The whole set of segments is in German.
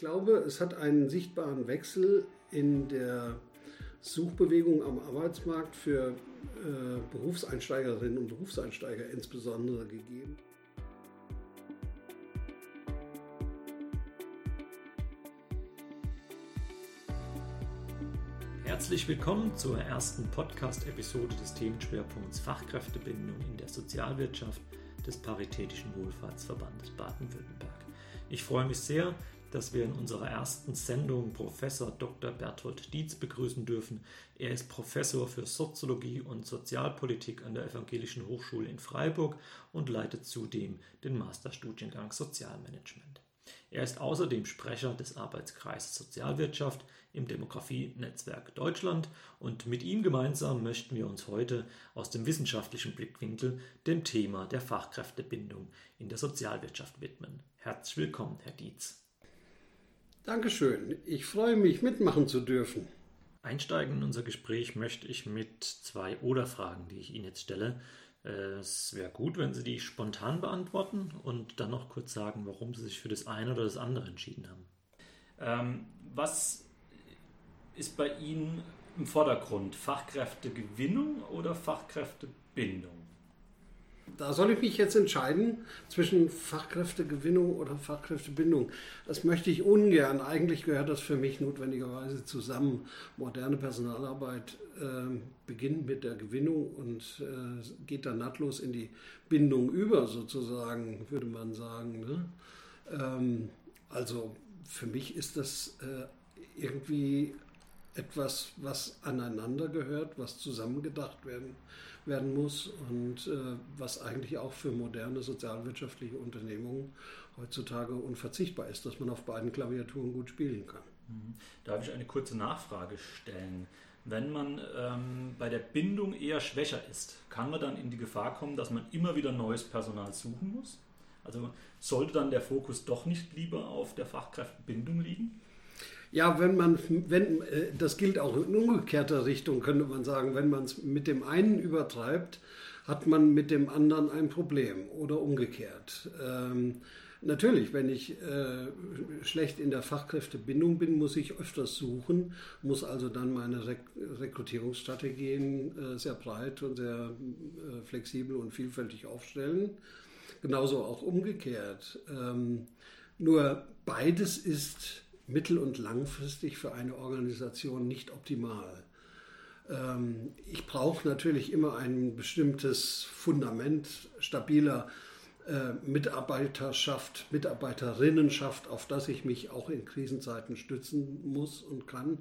glaube, es hat einen sichtbaren Wechsel in der Suchbewegung am Arbeitsmarkt für Berufseinsteigerinnen und Berufseinsteiger insbesondere gegeben. Herzlich willkommen zur ersten Podcast-Episode des Themenschwerpunkts Fachkräftebindung in der Sozialwirtschaft des Paritätischen Wohlfahrtsverbandes Baden-Württemberg. Ich freue mich sehr, dass wir in unserer ersten Sendung Professor Dr. Berthold Dietz begrüßen dürfen. Er ist Professor für Soziologie und Sozialpolitik an der Evangelischen Hochschule in Freiburg und leitet zudem den Masterstudiengang Sozialmanagement. Er ist außerdem Sprecher des Arbeitskreises Sozialwirtschaft im Demografie-Netzwerk Deutschland und mit ihm gemeinsam möchten wir uns heute aus dem wissenschaftlichen Blickwinkel dem Thema der Fachkräftebindung in der Sozialwirtschaft widmen. Herzlich willkommen, Herr Dietz. Dankeschön. Ich freue mich, mitmachen zu dürfen. Einsteigen in unser Gespräch möchte ich mit 2 Oder-Fragen, die ich Ihnen jetzt stelle. Es wäre gut, wenn Sie die spontan beantworten und dann noch kurz sagen, warum Sie sich für das eine oder das andere entschieden haben. Was ist bei Ihnen im Vordergrund? Fachkräftegewinnung oder Fachkräftebindung? Da soll ich mich jetzt entscheiden zwischen Fachkräftegewinnung oder Fachkräftebindung. Das möchte ich ungern. Eigentlich gehört das für mich notwendigerweise zusammen. Moderne Personalarbeit beginnt mit der Gewinnung und geht dann nahtlos in die Bindung über, sozusagen, würde man sagen. Ne? Also für mich ist das irgendwie etwas, was aneinander gehört, was zusammengedacht werden muss und was eigentlich auch für moderne sozialwirtschaftliche Unternehmungen heutzutage unverzichtbar ist, dass man auf beiden Klaviaturen gut spielen kann. Darf ich eine kurze Nachfrage stellen? Wenn man bei der Bindung eher schwächer ist, kann man dann in die Gefahr kommen, dass man immer wieder neues Personal suchen muss? Also sollte dann der Fokus doch nicht lieber auf der Fachkräftebindung liegen? Ja, das gilt auch in umgekehrter Richtung, könnte man sagen. Wenn man es mit dem einen übertreibt, hat man mit dem anderen ein Problem oder umgekehrt. Natürlich, wenn ich schlecht in der Fachkräftebindung bin, muss ich öfters suchen, muss also dann meine Rekrutierungsstrategien sehr breit und sehr flexibel und vielfältig aufstellen. Genauso auch umgekehrt. Nur beides ist mittel- und langfristig für eine Organisation nicht optimal. Ich brauche natürlich immer ein bestimmtes Fundament stabiler Mitarbeiterschaft, Mitarbeiterinnenschaft, auf das ich mich auch in Krisenzeiten stützen muss und kann.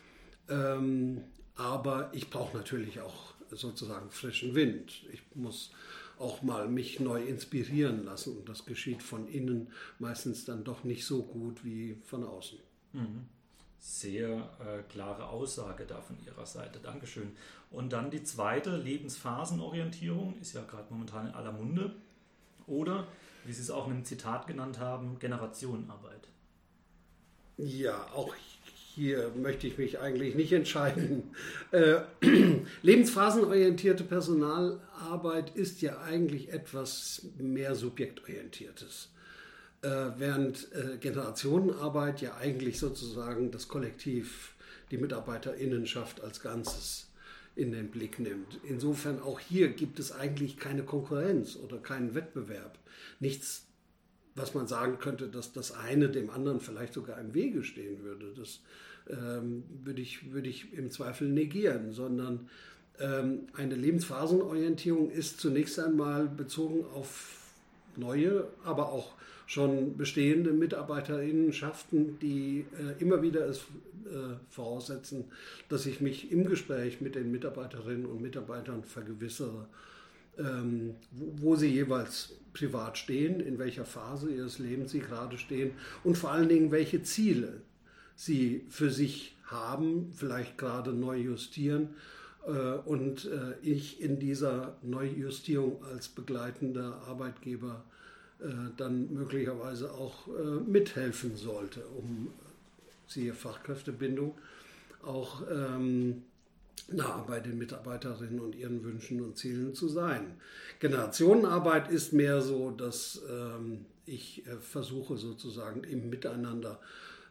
Aber ich brauche natürlich auch sozusagen frischen Wind. Ich muss auch mal mich neu inspirieren lassen. Und das geschieht von innen meistens dann doch nicht so gut wie von außen. Sehr klare Aussage da von Ihrer Seite. Dankeschön. Und dann die zweite, Lebensphasenorientierung, ist ja gerade momentan in aller Munde. Oder, wie Sie es auch in einem Zitat genannt haben, Generationenarbeit. Ja, auch hier möchte ich mich eigentlich nicht entscheiden. Lebensphasenorientierte Personalarbeit ist ja eigentlich etwas mehr subjektorientiertes. Während Generationenarbeit ja eigentlich sozusagen das Kollektiv, die MitarbeiterInnenschaft als Ganzes in den Blick nimmt. Insofern auch hier gibt es eigentlich keine Konkurrenz oder keinen Wettbewerb. Nichts, was man sagen könnte, dass das eine dem anderen vielleicht sogar im Wege stehen würde. Das würde ich im Zweifel negieren, sondern eine Lebensphasenorientierung ist zunächst einmal bezogen auf neue, aber auch schon bestehende MitarbeiterInnenschaften, die immer wieder es voraussetzen, dass ich mich im Gespräch mit den Mitarbeiterinnen und Mitarbeitern vergewissere, wo sie jeweils privat stehen, in welcher Phase ihres Lebens sie gerade stehen und vor allen Dingen, welche Ziele sie für sich haben, vielleicht gerade neu justieren und ich in dieser Neujustierung als begleitender Arbeitgeber dann möglicherweise auch mithelfen sollte, um siehe Fachkräftebindung auch nah bei den Mitarbeiterinnen und ihren Wünschen und Zielen zu sein. Generationenarbeit ist mehr so, dass ich versuche sozusagen im Miteinander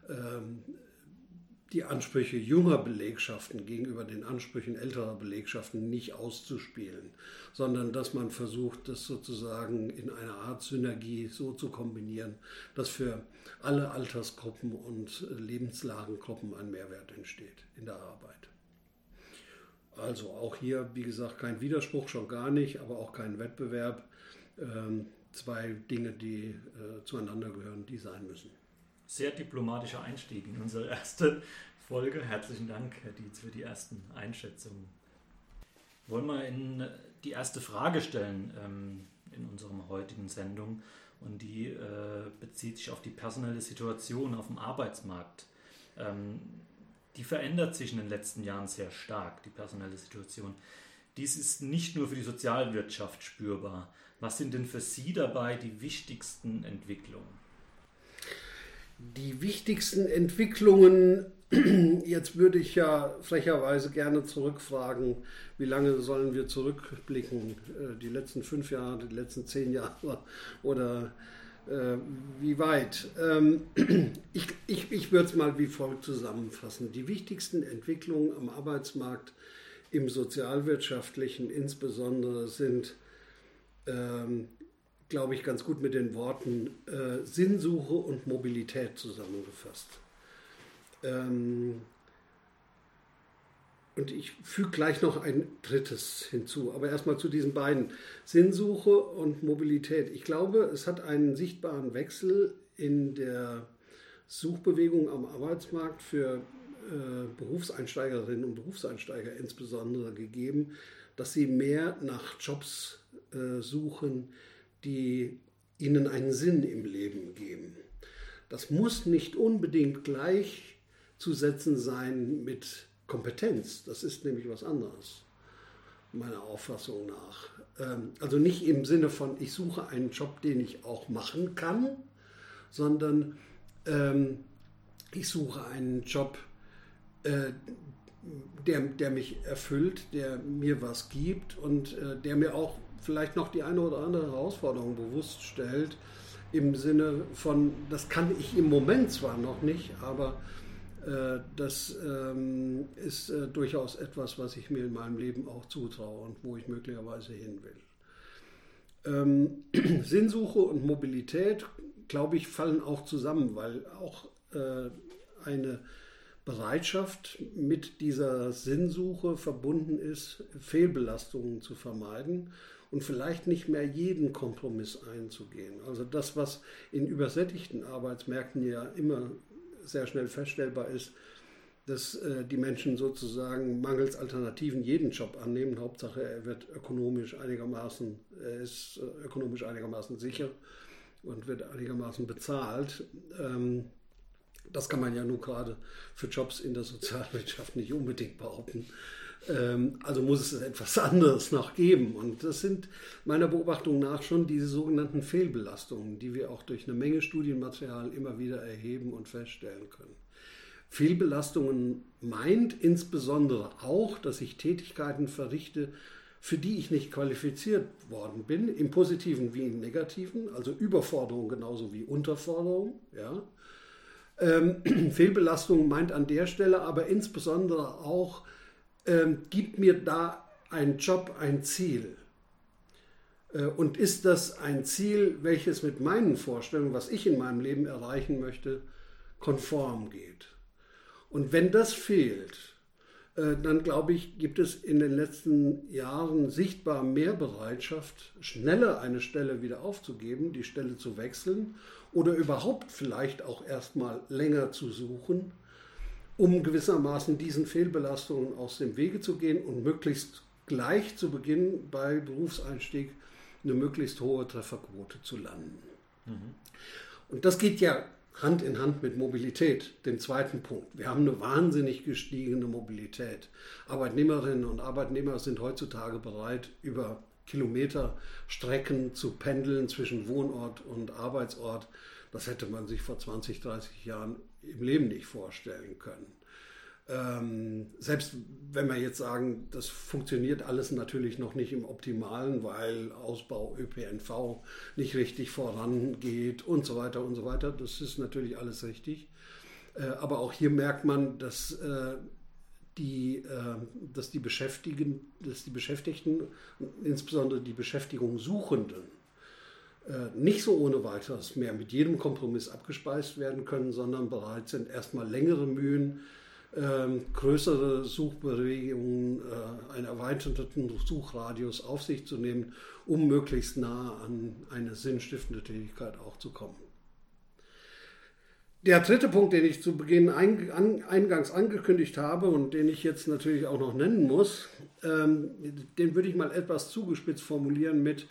die Ansprüche junger Belegschaften gegenüber den Ansprüchen älterer Belegschaften nicht auszuspielen, sondern dass man versucht, das sozusagen in einer Art Synergie so zu kombinieren, dass für alle Altersgruppen und Lebenslagengruppen ein Mehrwert entsteht in der Arbeit. Also auch hier, wie gesagt, kein Widerspruch, schon gar nicht, aber auch kein Wettbewerb. Zwei Dinge, die zueinander gehören, die sein müssen. Sehr diplomatischer Einstieg in unsere erste Folge. Herzlichen Dank, Herr Dietz, für die ersten Einschätzungen. Wollen wir in die erste Frage stellen in unserer heutigen Sendung, und die bezieht sich auf die personelle Situation auf dem Arbeitsmarkt. Die verändert sich in den letzten Jahren sehr stark, die personelle Situation. Dies ist nicht nur für die Sozialwirtschaft spürbar. Was sind denn für Sie dabei die wichtigsten Entwicklungen? Die wichtigsten Entwicklungen, jetzt würde ich ja frecherweise gerne zurückfragen, wie lange sollen wir zurückblicken? Die letzten 5 Jahre, die letzten 10 Jahre oder wie weit? Ich würde es mal wie folgt zusammenfassen. Die wichtigsten Entwicklungen am Arbeitsmarkt im Sozialwirtschaftlichen insbesondere sind, glaube ich, ganz gut mit den Worten Sinnsuche und Mobilität zusammengefasst. Und ich füge gleich noch ein drittes hinzu, aber erstmal zu diesen beiden. Sinnsuche und Mobilität. Ich glaube, es hat einen sichtbaren Wechsel in der Suchbewegung am Arbeitsmarkt für Berufseinsteigerinnen und Berufseinsteiger insbesondere gegeben, dass sie mehr nach Jobs suchen, die ihnen einen Sinn im Leben geben. Das muss nicht unbedingt gleichzusetzen sein mit Kompetenz. Das ist nämlich was anderes, meiner Auffassung nach. Also nicht im Sinne von, ich suche einen Job, den ich auch machen kann, sondern ich suche einen Job, der mich erfüllt, der mir was gibt und der mir auch vielleicht noch die eine oder andere Herausforderung bewusst stellt, im Sinne von, das kann ich im Moment zwar noch nicht, aber das ist durchaus etwas, was ich mir in meinem Leben auch zutraue und wo ich möglicherweise hin will. Sinnsuche und Mobilität, glaube ich, fallen auch zusammen, weil auch eine Bereitschaft mit dieser Sinnsuche verbunden ist, Fehlbelastungen zu vermeiden und vielleicht nicht mehr jeden Kompromiss einzugehen. Also das, was in übersättigten Arbeitsmärkten ja immer sehr schnell feststellbar ist, dass die Menschen sozusagen mangels Alternativen jeden Job annehmen. Hauptsache, er ist ökonomisch einigermaßen sicher und wird einigermaßen bezahlt. Das kann man ja nun gerade für Jobs in der Sozialwirtschaft nicht unbedingt behaupten. Also muss es etwas anderes noch geben. Und das sind meiner Beobachtung nach schon diese sogenannten Fehlbelastungen, die wir auch durch eine Menge Studienmaterial immer wieder erheben und feststellen können. Fehlbelastungen meint insbesondere auch, dass ich Tätigkeiten verrichte, für die ich nicht qualifiziert worden bin, im Positiven wie im Negativen, also Überforderung genauso wie Unterforderung, ja. Fehlbelastung meint an der Stelle aber insbesondere auch, gibt mir da ein Job ein Ziel? Und ist das ein Ziel, welches mit meinen Vorstellungen, was ich in meinem Leben erreichen möchte, konform geht? Und wenn das fehlt, dann glaube ich, gibt es in den letzten Jahren sichtbar mehr Bereitschaft, schneller eine Stelle wieder aufzugeben, die Stelle zu wechseln oder überhaupt vielleicht auch erstmal länger zu suchen, um gewissermaßen diesen Fehlbelastungen aus dem Wege zu gehen und möglichst gleich zu Beginn bei Berufseinstieg eine möglichst hohe Trefferquote zu landen. Mhm. Und das geht ja Hand in Hand mit Mobilität, dem zweiten Punkt. Wir haben eine wahnsinnig gestiegene Mobilität. Arbeitnehmerinnen und Arbeitnehmer sind heutzutage bereit, über Kilometerstrecken zu pendeln zwischen Wohnort und Arbeitsort. Das hätte man sich vor 20, 30 Jahren im Leben nicht vorstellen können. Selbst wenn wir jetzt sagen, das funktioniert alles natürlich noch nicht im Optimalen, weil Ausbau ÖPNV nicht richtig vorangeht und so weiter und so weiter. Das ist natürlich alles richtig. Aber auch hier merkt man, dass die Beschäftigten, insbesondere die Beschäftigungssuchenden, nicht so ohne weiteres mehr mit jedem Kompromiss abgespeist werden können, sondern bereit sind, erstmal längere Mühen, größere Suchbewegungen, einen erweiterten Suchradius auf sich zu nehmen, um möglichst nah an eine sinnstiftende Tätigkeit auch zu kommen. Der dritte Punkt, den ich zu Beginn eingangs angekündigt habe und den ich jetzt natürlich auch noch nennen muss, den würde ich mal etwas zugespitzt formulieren mit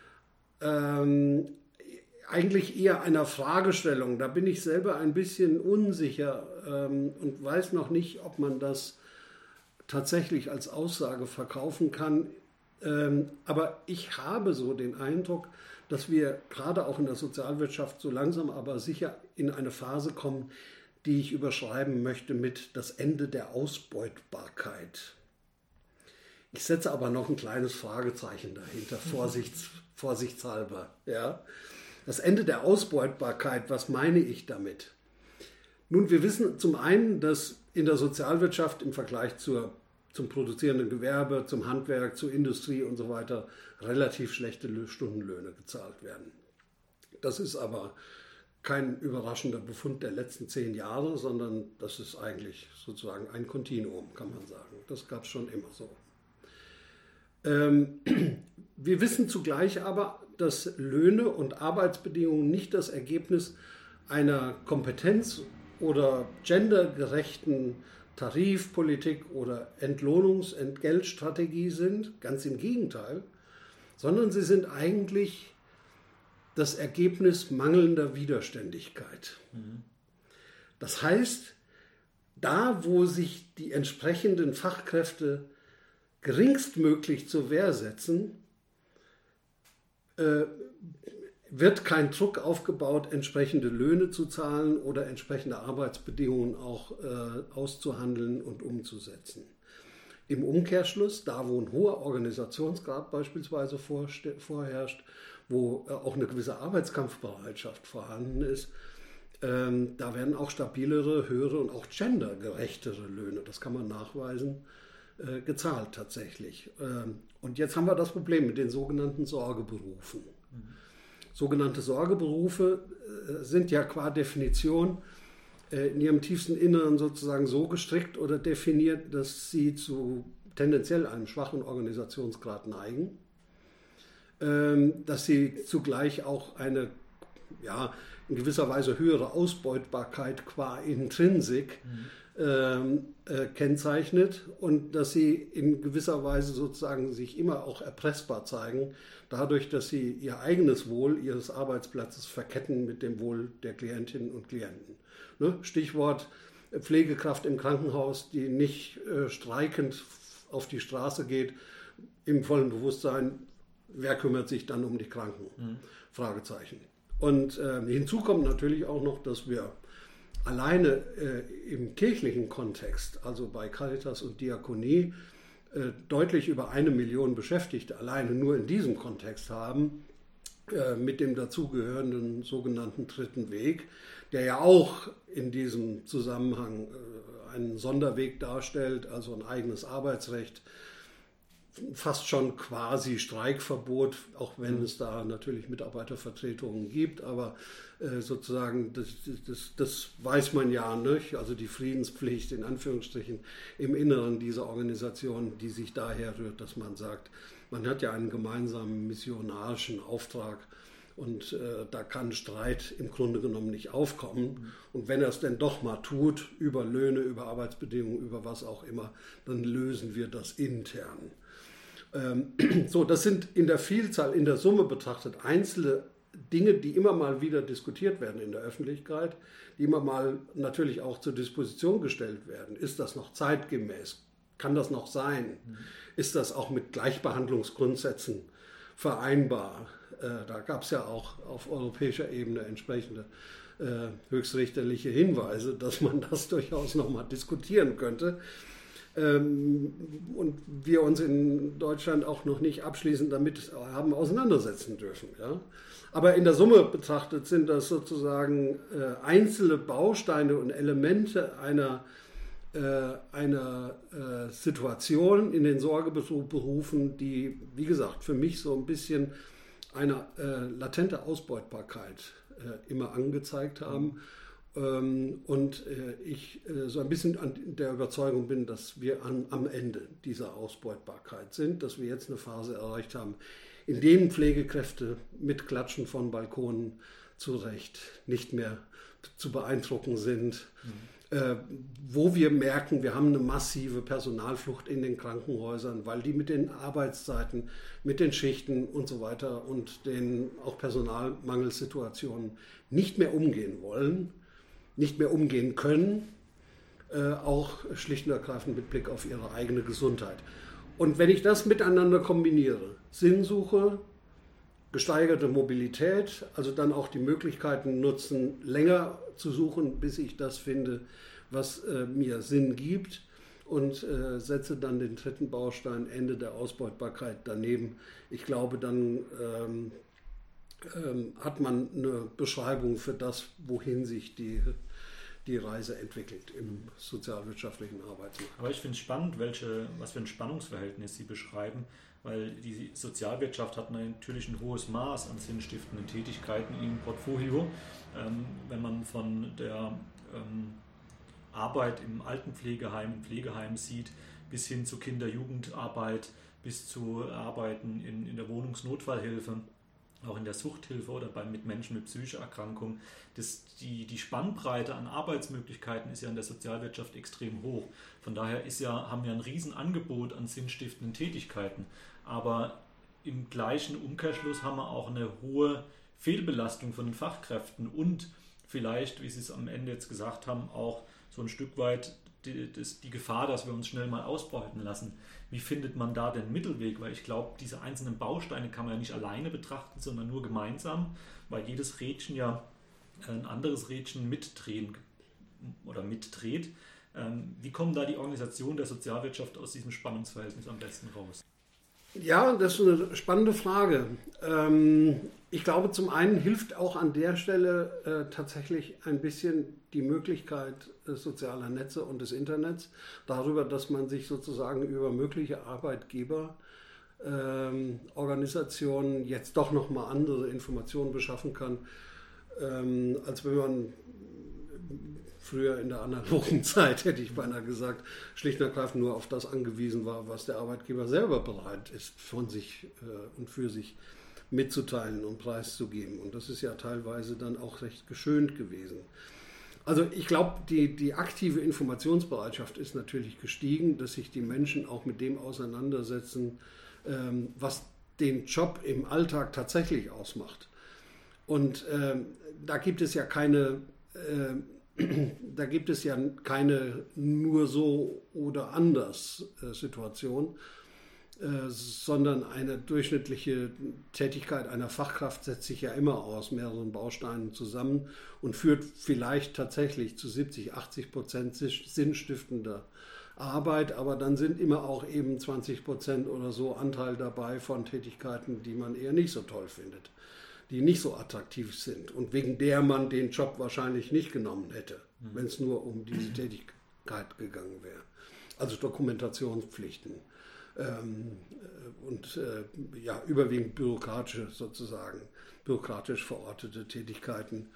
eigentlich eher einer Fragestellung. Da bin ich selber ein bisschen unsicher und weiß noch nicht, ob man das tatsächlich als Aussage verkaufen kann. Aber ich habe so den Eindruck, dass wir gerade auch in der Sozialwirtschaft so langsam aber sicher in eine Phase kommen, die ich überschreiben möchte mit das Ende der Ausbeutbarkeit. Ich setze aber noch ein kleines Fragezeichen dahinter, vorsichtshalber. Ja? Das Ende der Ausbeutbarkeit, was meine ich damit? Nun, wir wissen zum einen, dass in der Sozialwirtschaft im Vergleich zum produzierenden Gewerbe, zum Handwerk, zur Industrie und so weiter relativ schlechte Stundenlöhne gezahlt werden. Das ist aber kein überraschender Befund der letzten 10 Jahre, sondern das ist eigentlich sozusagen ein Kontinuum, kann man sagen. Das gab es schon immer so. Wir wissen zugleich aber, dass Löhne und Arbeitsbedingungen nicht das Ergebnis einer Kompetenz- oder gendergerechten Tarifpolitik oder Entgeldstrategie sind, ganz im Gegenteil, sondern sie sind eigentlich das Ergebnis mangelnder Widerständigkeit. Das heißt, da wo sich die entsprechenden Fachkräfte geringstmöglich zur Wehr setzen, wird kein Druck aufgebaut, entsprechende Löhne zu zahlen oder entsprechende Arbeitsbedingungen auch auszuhandeln und umzusetzen. Im Umkehrschluss, da wo ein hoher Organisationsgrad beispielsweise vorherrscht, wo auch eine gewisse Arbeitskampfbereitschaft vorhanden ist, da werden auch stabilere, höhere und auch gendergerechtere Löhne, das kann man nachweisen, gezahlt tatsächlich. Und jetzt haben wir das Problem mit den sogenannten Sorgeberufen. Sogenannte Sorgeberufe sind ja qua Definition in ihrem tiefsten Inneren sozusagen so gestrickt oder definiert, dass sie zu tendenziell einem schwachen Organisationsgrad neigen, dass sie zugleich auch eine in gewisser Weise höhere Ausbeutbarkeit qua Intrinsik kennzeichnet und dass sie in gewisser Weise sozusagen sich immer auch erpressbar zeigen, dadurch, dass sie ihr eigenes Wohl ihres Arbeitsplatzes verketten mit dem Wohl der Klientinnen und Klienten. Ne? Stichwort Pflegekraft im Krankenhaus, die nicht streikend auf die Straße geht, im vollen Bewusstsein, wer kümmert sich dann um die Kranken? Fragezeichen. Und hinzu kommt natürlich auch noch, dass wir alleine im kirchlichen Kontext, also bei Caritas und Diakonie, deutlich über 1 Million Beschäftigte alleine nur in diesem Kontext haben, mit dem dazugehörenden sogenannten dritten Weg, der ja auch in diesem Zusammenhang einen Sonderweg darstellt, also ein eigenes Arbeitsrecht, fast schon quasi Streikverbot, auch wenn es da natürlich Mitarbeitervertretungen gibt, aber sozusagen, das weiß man ja nicht, also die Friedenspflicht in Anführungsstrichen im Inneren dieser Organisation, die sich daher rührt, dass man sagt, man hat ja einen gemeinsamen missionarischen Auftrag und da kann Streit im Grunde genommen nicht aufkommen. Und wenn er es denn doch mal tut, über Löhne, über Arbeitsbedingungen, über was auch immer, dann lösen wir das intern. So, das sind in der Vielzahl, in der Summe betrachtet einzelne Dinge, die immer mal wieder diskutiert werden in der Öffentlichkeit, die immer mal natürlich auch zur Disposition gestellt werden. Ist das noch zeitgemäß? Kann das noch sein? Ist das auch mit Gleichbehandlungsgrundsätzen vereinbar? Da gab es ja auch auf europäischer Ebene entsprechende höchstrichterliche Hinweise, dass man das durchaus noch mal diskutieren könnte. und wir uns in Deutschland auch noch nicht abschließend damit haben auseinandersetzen dürfen. Ja? Aber in der Summe betrachtet sind das sozusagen einzelne Bausteine und Elemente einer Situation in den Sorgeberufen, die, wie gesagt, für mich so ein bisschen eine latente Ausbeutbarkeit immer angezeigt haben. Und ich so ein bisschen an der Überzeugung bin, dass wir am Ende dieser Ausbeutbarkeit sind, dass wir jetzt eine Phase erreicht haben, in denen Pflegekräfte mit Klatschen von Balkonen zu Recht nicht mehr zu beeindrucken sind. Wo wir merken, wir haben eine massive Personalflucht in den Krankenhäusern, weil die mit den Arbeitszeiten, mit den Schichten und so weiter und den auch Personalmangelsituationen nicht mehr umgehen wollen, nicht mehr umgehen können, auch schlicht und ergreifend mit Blick auf ihre eigene Gesundheit. Und wenn ich das miteinander kombiniere, Sinnsuche, gesteigerte Mobilität, also dann auch die Möglichkeiten nutzen, länger zu suchen, bis ich das finde, was mir Sinn gibt, und setze dann den dritten Baustein, Ende der Ausbeutbarkeit, daneben. Ich glaube, dann hat man eine Beschreibung für das, wohin sich die Reise entwickelt im sozialwirtschaftlichen Arbeitsmarkt. Aber ich finde es spannend, was für ein Spannungsverhältnis Sie beschreiben, weil die Sozialwirtschaft hat natürlich ein hohes Maß an sinnstiftenden Tätigkeiten im Portfolio. Wenn man von der Arbeit im Altenpflegeheim, im Pflegeheim sieht, bis hin zu Kinder-Jugendarbeit, bis zu Arbeiten in der Wohnungsnotfallhilfe, auch in der Suchthilfe oder mit Menschen mit psychischer Erkrankung. Die Spannbreite an Arbeitsmöglichkeiten ist ja in der Sozialwirtschaft extrem hoch. Von daher haben wir ein Riesenangebot an sinnstiftenden Tätigkeiten. Aber im gleichen Umkehrschluss haben wir auch eine hohe Fehlbelastung von den Fachkräften und vielleicht, wie Sie es am Ende jetzt gesagt haben, auch so ein Stück weit die Gefahr, dass wir uns schnell mal ausbeuten lassen. Wie findet man da den Mittelweg? Weil ich glaube, diese einzelnen Bausteine kann man ja nicht alleine betrachten, sondern nur gemeinsam, weil jedes Rädchen ja ein anderes Rädchen mitdreht. Wie kommen da die Organisationen der Sozialwirtschaft aus diesem Spannungsverhältnis am besten raus? Ja, das ist eine spannende Frage. Ich glaube, zum einen hilft auch an der Stelle tatsächlich ein bisschen die Möglichkeit sozialer Netze und des Internets, darüber, dass man sich sozusagen über mögliche Arbeitgeberorganisationen jetzt doch nochmal andere Informationen beschaffen kann, als wenn man früher in der analogen Zeit, hätte ich beinahe gesagt, schlicht und ergreifend nur auf das angewiesen war, was der Arbeitgeber selber bereit ist, von sich und für sich mitzuteilen und preiszugeben. Und das ist ja teilweise dann auch recht geschönt gewesen. Also ich glaube, die aktive Informationsbereitschaft ist natürlich gestiegen, dass sich die Menschen auch mit dem auseinandersetzen, was den Job im Alltag tatsächlich ausmacht. Und da gibt es ja keine nur so oder anders Situation, sondern eine durchschnittliche Tätigkeit einer Fachkraft setzt sich ja immer aus mehreren Bausteinen zusammen und führt vielleicht tatsächlich zu 70-80% sinnstiftender Arbeit, aber dann sind immer auch eben 20% oder so Anteil dabei von Tätigkeiten, die man eher nicht so toll findet, die nicht so attraktiv sind und wegen der man den Job wahrscheinlich nicht genommen hätte, wenn es nur um diese Tätigkeit gegangen wäre. Also Dokumentationspflichten und überwiegend bürokratisch verortete Tätigkeiten.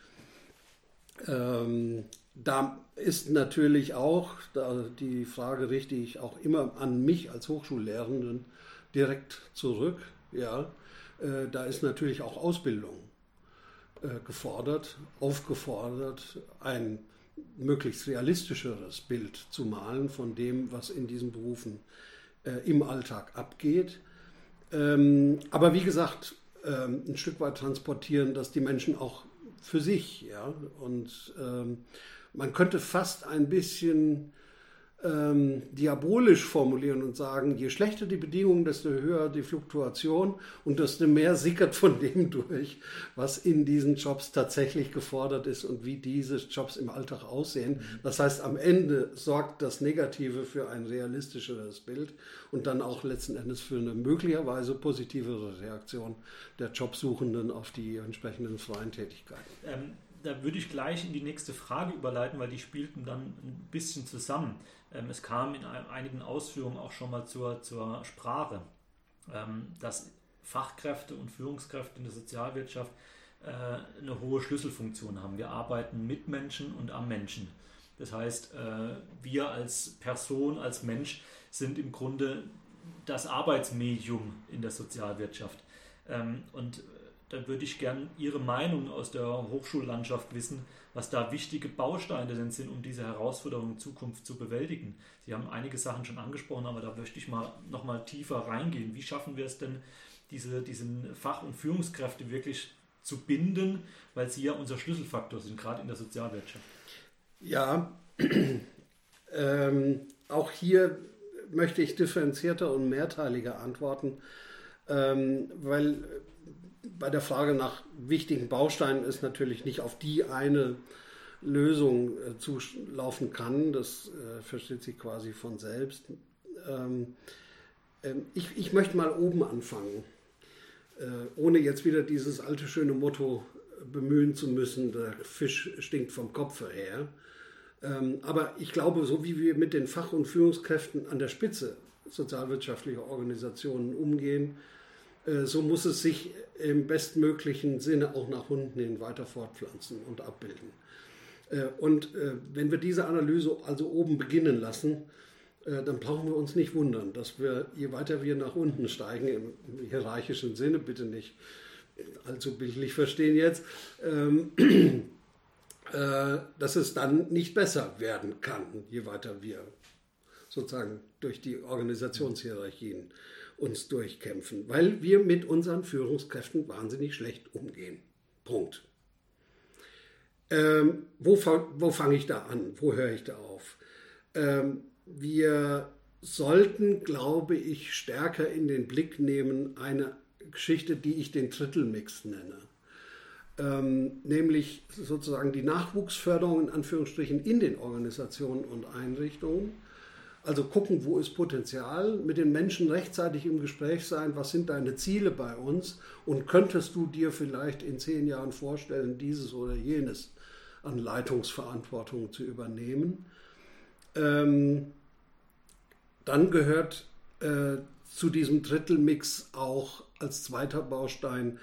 Da ist natürlich auch, die Frage richte ich auch immer an mich als Hochschullehrenden direkt zurück, ja. Da ist natürlich auch Ausbildung aufgefordert, ein möglichst realistischeres Bild zu malen von dem, was in diesen Berufen im Alltag abgeht. Aber wie gesagt, ein Stück weit transportieren das die Menschen auch für sich. Ja? Und man könnte fast ein bisschen diabolisch formulieren und sagen, je schlechter die Bedingungen, desto höher die Fluktuation und desto mehr sickert von dem durch, was in diesen Jobs tatsächlich gefordert ist und wie diese Jobs im Alltag aussehen. Das heißt, am Ende sorgt das Negative für ein realistischeres Bild und dann auch letzten Endes für eine möglicherweise positivere Reaktion der Jobsuchenden auf die entsprechenden freien Tätigkeiten. Da würde ich gleich in die nächste Frage überleiten, weil die spielten dann ein bisschen zusammen. Es kam in einigen Ausführungen auch schon mal zur Sprache, dass Fachkräfte und Führungskräfte in der Sozialwirtschaft eine hohe Schlüsselfunktion haben. Wir arbeiten mit Menschen und am Menschen. Das heißt, wir als Person, als Mensch sind im Grunde das Arbeitsmedium in der Sozialwirtschaft. Und da würde ich gerne Ihre Meinung aus der Hochschullandschaft wissen, was da wichtige Bausteine denn sind, um diese Herausforderungen in Zukunft zu bewältigen. Sie haben einige Sachen schon angesprochen, aber da möchte ich noch mal tiefer reingehen. Wie schaffen wir es denn, diesen Fach- und Führungskräfte wirklich zu binden, weil sie ja unser Schlüsselfaktor sind, gerade in der Sozialwirtschaft? Ja, auch hier möchte ich differenzierter und mehrteiliger antworten, weil bei der Frage nach wichtigen Bausteinen ist natürlich nicht auf die eine Lösung zulaufen kann. Das versteht sich quasi von selbst. Ich möchte mal oben anfangen, ohne jetzt wieder dieses alte schöne Motto bemühen zu müssen, der Fisch stinkt vom Kopfe her. Aber ich glaube, so wie wir mit den Fach- und Führungskräften an der Spitze sozialwirtschaftlicher Organisationen umgehen, so muss es sich im bestmöglichen Sinne auch nach unten hin weiter fortpflanzen und abbilden. Und wenn wir diese Analyse also oben beginnen lassen, dann brauchen wir uns nicht wundern, dass wir, je weiter wir nach unten steigen, im hierarchischen Sinne, bitte nicht allzu bildlich verstehen jetzt, dass es dann nicht besser werden kann, je weiter wir sozusagen durch die Organisationshierarchien uns durchkämpfen, weil wir mit unseren Führungskräften wahnsinnig schlecht umgehen. Punkt. Wo fange ich da an? Wo höre ich da auf? Wir sollten, glaube ich, stärker in den Blick nehmen eine Geschichte, die ich den Drittelmix nenne. Nämlich sozusagen die Nachwuchsförderung in Anführungsstrichen in den Organisationen und Einrichtungen. Also gucken, wo ist Potenzial, mit den Menschen rechtzeitig im Gespräch sein, was sind deine Ziele bei uns und könntest du dir vielleicht in 10 Jahren vorstellen, dieses oder jenes an Leitungsverantwortung zu übernehmen. Dann gehört zu diesem Drittelmix auch als zweiter Baustein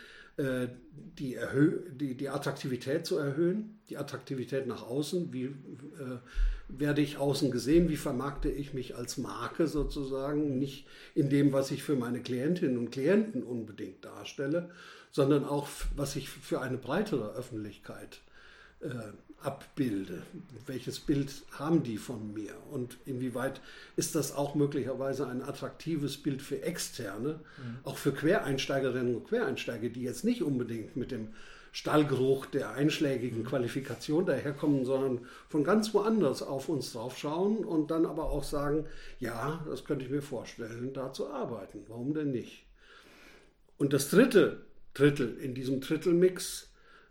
die Attraktivität zu erhöhen, die Attraktivität nach außen, wie werde ich außen gesehen, wie vermarkte ich mich als Marke sozusagen, nicht in dem, was ich für meine Klientinnen und Klienten unbedingt darstelle, sondern auch, was ich für eine breitere Öffentlichkeit abbilde. Welches Bild haben die von mir und inwieweit ist das auch möglicherweise ein attraktives Bild für Externe, auch für Quereinsteigerinnen und Quereinsteiger, die jetzt nicht unbedingt mit dem Stallgeruch der einschlägigen Qualifikation daherkommen, sondern von ganz woanders auf uns drauf schauen und dann aber auch sagen, ja, das könnte ich mir vorstellen, da zu arbeiten. Warum denn nicht? Und das dritte Drittel in diesem Drittelmix,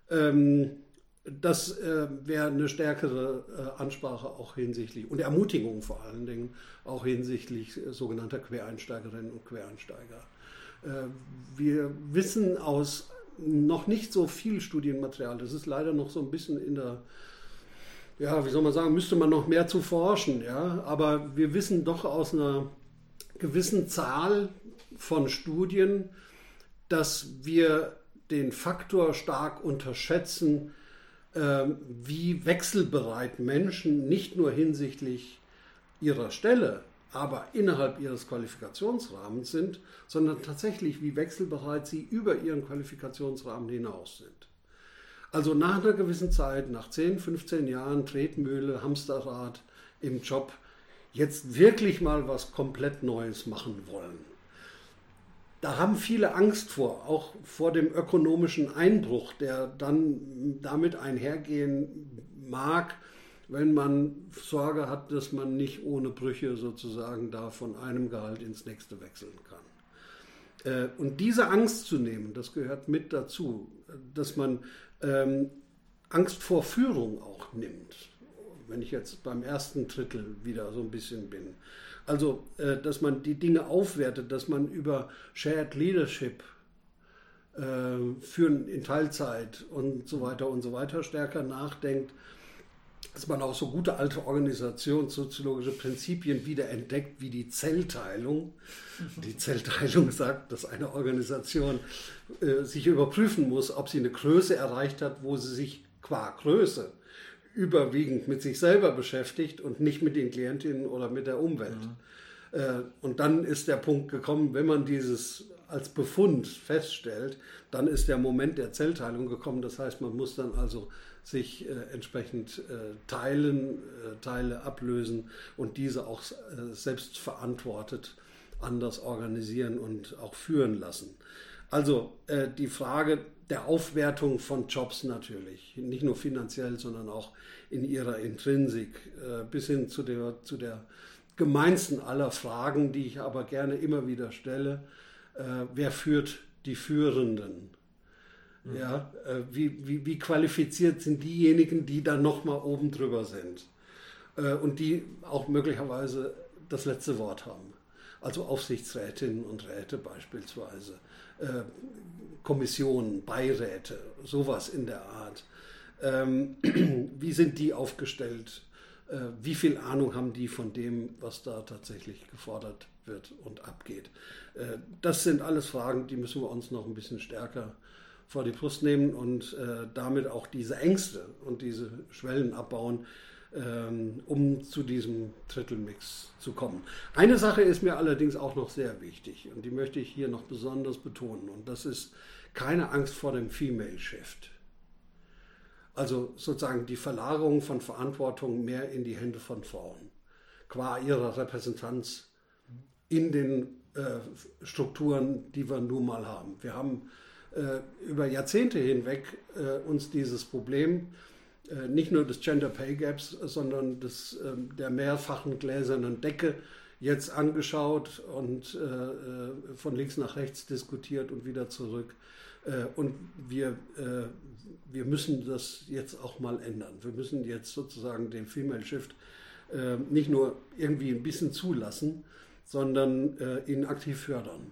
das wäre eine stärkere Ansprache auch hinsichtlich und Ermutigung vor allen Dingen auch hinsichtlich sogenannter Quereinsteigerinnen und Quereinsteiger. Wir wissen aus noch nicht so viel Studienmaterial, das ist leider noch so ein bisschen in der, ja, wie soll man sagen, müsste man noch mehr zu forschen, ja, aber wir wissen doch aus einer gewissen Zahl von Studien, dass wir den Faktor stark unterschätzen, wie wechselbereit Menschen nicht nur hinsichtlich ihrer Stelle, aber innerhalb ihres Qualifikationsrahmens sind, sondern tatsächlich wie wechselbereit sie über ihren Qualifikationsrahmen hinaus sind. Also nach einer gewissen Zeit, nach 10, 15 Jahren Tretmühle, Hamsterrad im Job, jetzt wirklich mal was komplett Neues machen wollen. Da haben viele Angst vor, auch vor dem ökonomischen Einbruch, der dann damit einhergehen mag, wenn man Sorge hat, dass man nicht ohne Brüche sozusagen da von einem Gehalt ins nächste wechseln kann. Und diese Angst zu nehmen, das gehört mit dazu, dass man Angst vor Führung auch nimmt, wenn ich jetzt beim ersten Drittel wieder so ein bisschen bin. Also, dass man die Dinge aufwertet, dass man über Shared Leadership, Führen in Teilzeit und so weiter stärker nachdenkt, dass man auch so gute alte organisationssoziologische Prinzipien wieder entdeckt, wie die Zellteilung. Die Zellteilung sagt, dass eine Organisation sich überprüfen muss, ob sie eine Größe erreicht hat, wo sie sich qua Größe überwiegend mit sich selber beschäftigt und nicht mit den Klientinnen oder mit der Umwelt. Und dann ist der Punkt gekommen, wenn man dieses als Befund feststellt, dann ist der Moment der Zellteilung gekommen. Das heißt, man muss dann also sich entsprechend Teile ablösen und diese auch selbst verantwortet anders organisieren und auch führen lassen. Also die Frage der Aufwertung von Jobs natürlich, nicht nur finanziell, sondern auch in ihrer Intrinsik, bis hin zu der gemeinsten aller Fragen, die ich aber gerne immer wieder stelle. Wer führt die Führenden? Ja, wie qualifiziert sind diejenigen, die dann nochmal oben drüber sind und die auch möglicherweise das letzte Wort haben? Also Aufsichtsrätinnen und Räte beispielsweise, Kommissionen, Beiräte, sowas in der Art. Wie sind die aufgestellt? Wie viel Ahnung haben die von dem, was da tatsächlich gefordert wird und abgeht? Das sind alles Fragen, die müssen wir uns noch ein bisschen stärker vor die Brust nehmen und damit auch diese Ängste und diese Schwellen abbauen, um zu diesem Drittelmix zu kommen. Eine Sache ist mir allerdings auch noch sehr wichtig und die möchte ich hier noch besonders betonen, und das ist keine Angst vor dem Female Shift. Also sozusagen die Verlagerung von Verantwortung mehr in die Hände von Frauen, qua ihrer Repräsentanz in den Strukturen, die wir nun mal haben. Wir haben über Jahrzehnte hinweg uns dieses Problem nicht nur des Gender Pay Gaps, sondern der mehrfachen gläsernen Decke jetzt angeschaut und von links nach rechts diskutiert und wieder zurück. Und wir müssen das jetzt auch mal ändern. Wir müssen jetzt sozusagen den Female Shift nicht nur irgendwie ein bisschen zulassen, sondern ihn aktiv fördern.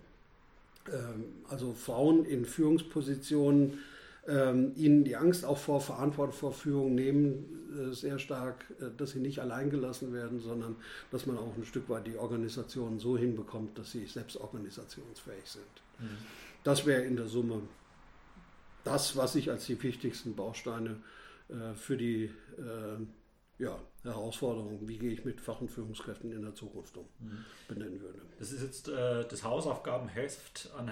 Also Frauen in Führungspositionen, ihnen die Angst auch vor Verantwortung, vor Führung nehmen, sehr stark, dass sie nicht allein gelassen werden, sondern dass man auch ein Stück weit die Organisation so hinbekommt, dass sie selbst organisationsfähig sind. Mhm. Das wäre in der Summe das, was ich als die wichtigsten Bausteine für die Herausforderungen, wie gehe ich mit Fach- und Führungskräften in der Zukunft um, benennen würde. Das ist jetzt das Hausaufgabenheft an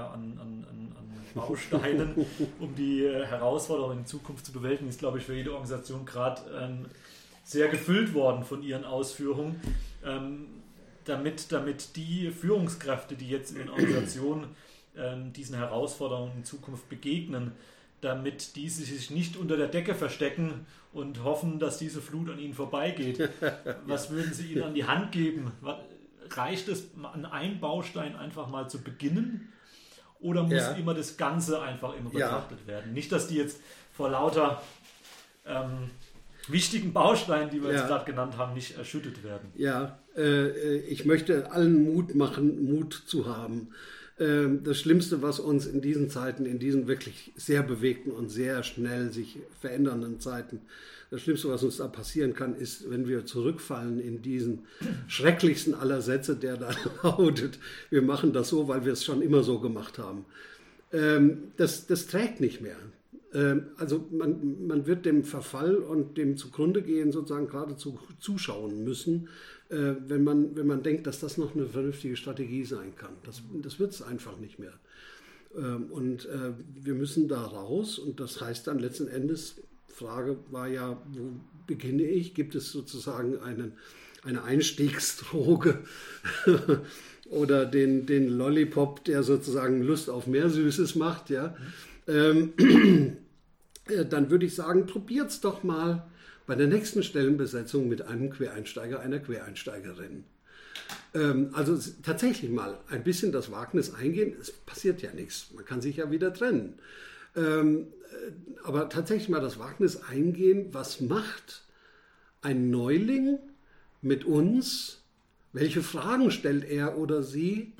Bausteinen, um die Herausforderungen in Zukunft zu bewältigen, ist, glaube ich, für jede Organisation gerade sehr gefüllt worden von Ihren Ausführungen, damit die Führungskräfte, die jetzt in den Organisationen diesen Herausforderungen in Zukunft begegnen, damit diese sich nicht unter der Decke verstecken und hoffen, dass diese Flut an ihnen vorbeigeht. Was würden Sie ihnen an die Hand geben? Reicht es, an einem Baustein einfach mal zu beginnen? Oder muss immer das Ganze einfach immer betrachtet werden? Nicht, dass die jetzt vor lauter wichtigen Bausteinen, die wir jetzt gerade genannt haben, nicht erschüttert werden. Ja, ich möchte allen Mut machen, Mut zu haben. Das Schlimmste, was uns in diesen Zeiten, in diesen wirklich sehr bewegten und sehr schnell sich verändernden Zeiten, das Schlimmste, was uns da passieren kann, ist, wenn wir zurückfallen in diesen schrecklichsten aller Sätze, der da lautet, wir machen das so, weil wir es schon immer so gemacht haben. Das trägt nicht mehr. Also man wird dem Verfall und dem zugrunde gehen sozusagen geradezu zuschauen müssen, wenn man denkt, dass das noch eine vernünftige Strategie sein kann. Das wird es einfach nicht mehr. Und wir müssen da raus, und das heißt dann letzten Endes, Frage war ja, wo beginne ich? Gibt es sozusagen eine Einstiegsdroge oder den Lollipop, der sozusagen Lust auf mehr Süßes macht, ja? Dann würde ich sagen, probiert's doch mal bei der nächsten Stellenbesetzung mit einem Quereinsteiger, einer Quereinsteigerin. Also tatsächlich mal ein bisschen das Wagnis eingehen, es passiert ja nichts, man kann sich ja wieder trennen. Aber tatsächlich mal das Wagnis eingehen, was macht ein Neuling mit uns, welche Fragen stellt er oder sie,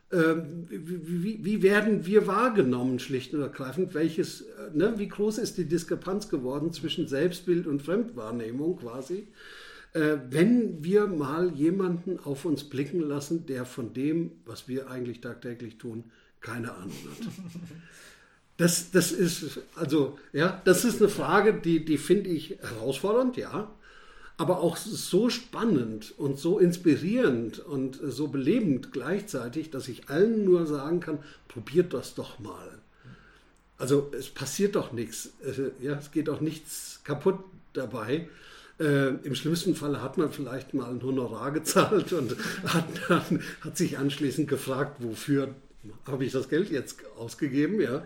wie werden wir wahrgenommen, schlicht und ergreifend, wie groß ist die Diskrepanz geworden zwischen Selbstbild und Fremdwahrnehmung quasi, wenn wir mal jemanden auf uns blicken lassen, der von dem, was wir eigentlich tagtäglich tun, keine Ahnung hat. Das ist eine Frage, die finde ich herausfordernd, ja, aber auch so spannend und so inspirierend und so belebend gleichzeitig, dass ich allen nur sagen kann, probiert das doch mal. Also es passiert doch nichts, es geht auch nichts kaputt dabei. Im schlimmsten Fall hat man vielleicht mal ein Honorar gezahlt und hat sich anschließend gefragt, wofür habe ich das Geld jetzt ausgegeben. Ja?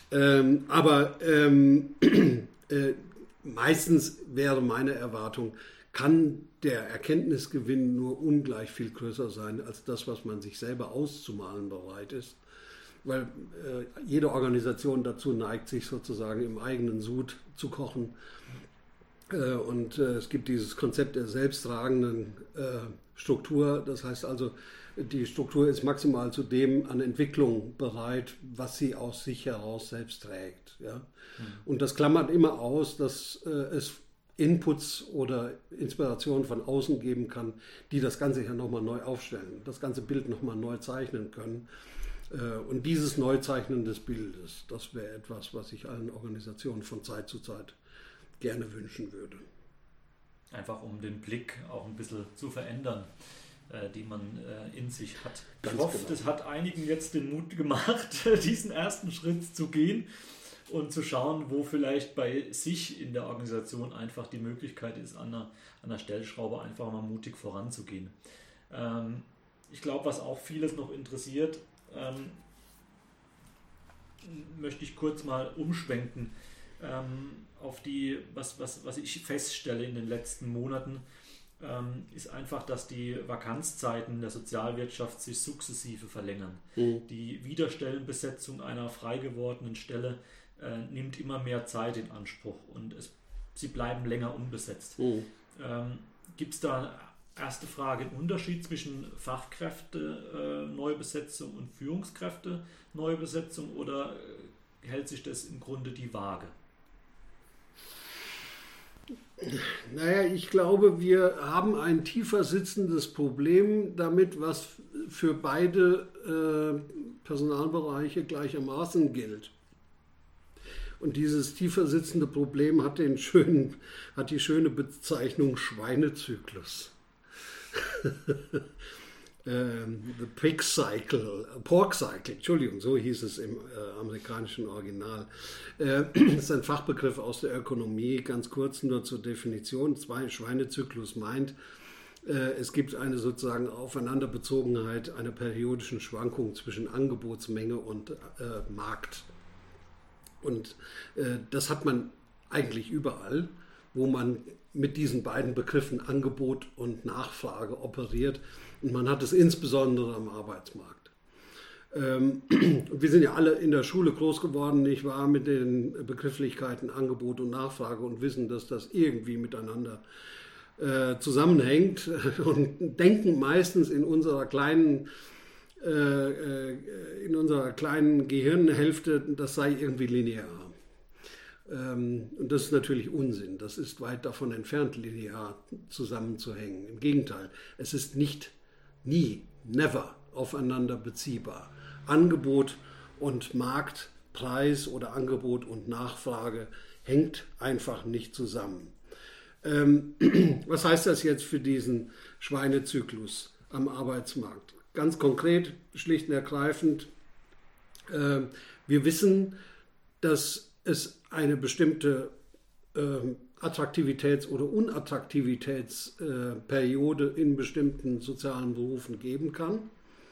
Meistens wäre meine Erwartung, kann der Erkenntnisgewinn nur ungleich viel größer sein als das, was man sich selber auszumalen bereit ist. Weil jede Organisation dazu neigt, sich sozusagen im eigenen Sud zu kochen. Und es gibt dieses Konzept der selbsttragenden Struktur. Das heißt also, die Struktur ist maximal zu dem an Entwicklung bereit, was sie aus sich heraus selbst trägt. Ja? Und das klammert immer aus, dass es Inputs oder Inspirationen von außen geben kann, die das Ganze ja nochmal neu aufstellen, das ganze Bild nochmal neu zeichnen können. Und dieses Neuzeichnen des Bildes, das wäre etwas, was ich allen Organisationen von Zeit zu Zeit gerne wünschen würde. Einfach um den Blick auch ein bisschen zu verändern, die man in sich hat. Ganz ich hoffe, genau. Das hat einigen jetzt den Mut gemacht, diesen ersten Schritt zu gehen und zu schauen, wo vielleicht bei sich in der Organisation einfach die Möglichkeit ist, an der Stellschraube einfach mal mutig voranzugehen. Ich glaube, was auch vieles noch interessiert, möchte ich kurz mal umschwenken auf die, was ich feststelle in den letzten Monaten, ist einfach, dass die Vakanzzeiten der Sozialwirtschaft sich sukzessive verlängern. Die Wiederstellenbesetzung einer frei gewordenen Stelle nimmt immer mehr Zeit in Anspruch und sie bleiben länger unbesetzt. Gibt es da, erste Frage, einen Unterschied zwischen Fachkräfte-Neubesetzung und Führungskräfte-Neubesetzung oder hält sich das im Grunde die Waage? Naja, ich glaube, wir haben ein tiefer sitzendes Problem damit, was für beide Personalbereiche gleichermaßen gilt. Und dieses tiefer sitzende Problem hat die schöne Bezeichnung Schweinezyklus. The Pork Cycle, Entschuldigung, so hieß es im amerikanischen Original. Das ist ein Fachbegriff aus der Ökonomie, ganz kurz nur zur Definition. Schweinezyklus meint, es gibt eine sozusagen Aufeinanderbezogenheit einer periodischen Schwankung zwischen Angebotsmenge und Markt. Und das hat man eigentlich überall, wo man mit diesen beiden Begriffen Angebot und Nachfrage operiert. Und man hat es insbesondere am Arbeitsmarkt. Wir sind ja alle in der Schule groß geworden, nicht wahr, mit den Begrifflichkeiten Angebot und Nachfrage und wissen, dass das irgendwie miteinander zusammenhängt und denken meistens in unserer kleinen Gehirnhälfte, das sei irgendwie linear. Und das ist natürlich Unsinn. Das ist weit davon entfernt, linear zusammenzuhängen. Im Gegenteil, es ist never aufeinander beziehbar. Angebot und Markt, Preis oder Angebot und Nachfrage hängt einfach nicht zusammen. Was heißt das jetzt für diesen Schweinezyklus am Arbeitsmarkt? Ganz konkret, schlicht und ergreifend, wir wissen, dass es eine bestimmte Attraktivitäts- oder Unattraktivitätsperiode in bestimmten sozialen Berufen geben kann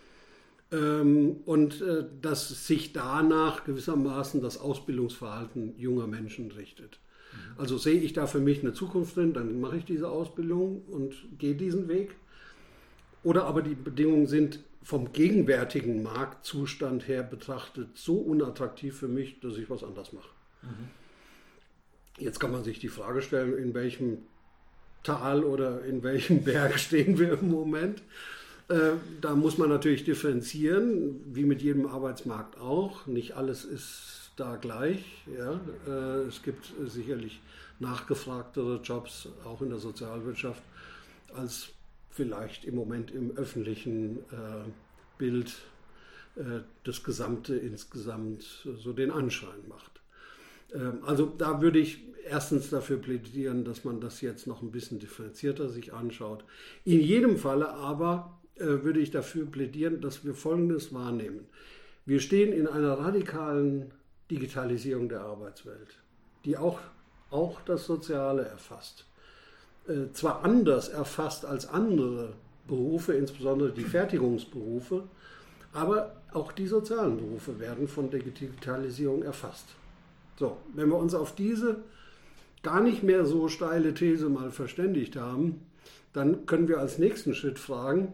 und dass sich danach gewissermaßen das Ausbildungsverhalten junger Menschen richtet. Also sehe ich da für mich eine Zukunft drin, dann mache ich diese Ausbildung und gehe diesen Weg. Oder aber die Bedingungen sind vom gegenwärtigen Marktzustand her betrachtet so unattraktiv für mich, dass ich was anderes mache. Jetzt kann man sich die Frage stellen, in welchem Tal oder in welchem Berg stehen wir im Moment. Da muss man natürlich differenzieren, wie mit jedem Arbeitsmarkt auch. Nicht alles ist da gleich. Ja. Es gibt sicherlich nachgefragtere Jobs, auch in der Sozialwirtschaft, als vielleicht im Moment im öffentlichen Bild das Gesamte insgesamt so den Anschein macht. Also da würde ich erstens dafür plädieren, dass man das jetzt noch ein bisschen differenzierter sich anschaut. In jedem Falle aber würde ich dafür plädieren, dass wir Folgendes wahrnehmen. Wir stehen in einer radikalen Digitalisierung der Arbeitswelt, die auch das Soziale erfasst. Zwar anders erfasst als andere Berufe, insbesondere die Fertigungsberufe, aber auch die sozialen Berufe werden von der Digitalisierung erfasst. So, wenn wir uns auf diese gar nicht mehr so steile These mal verständigt haben, dann können wir als nächsten Schritt fragen,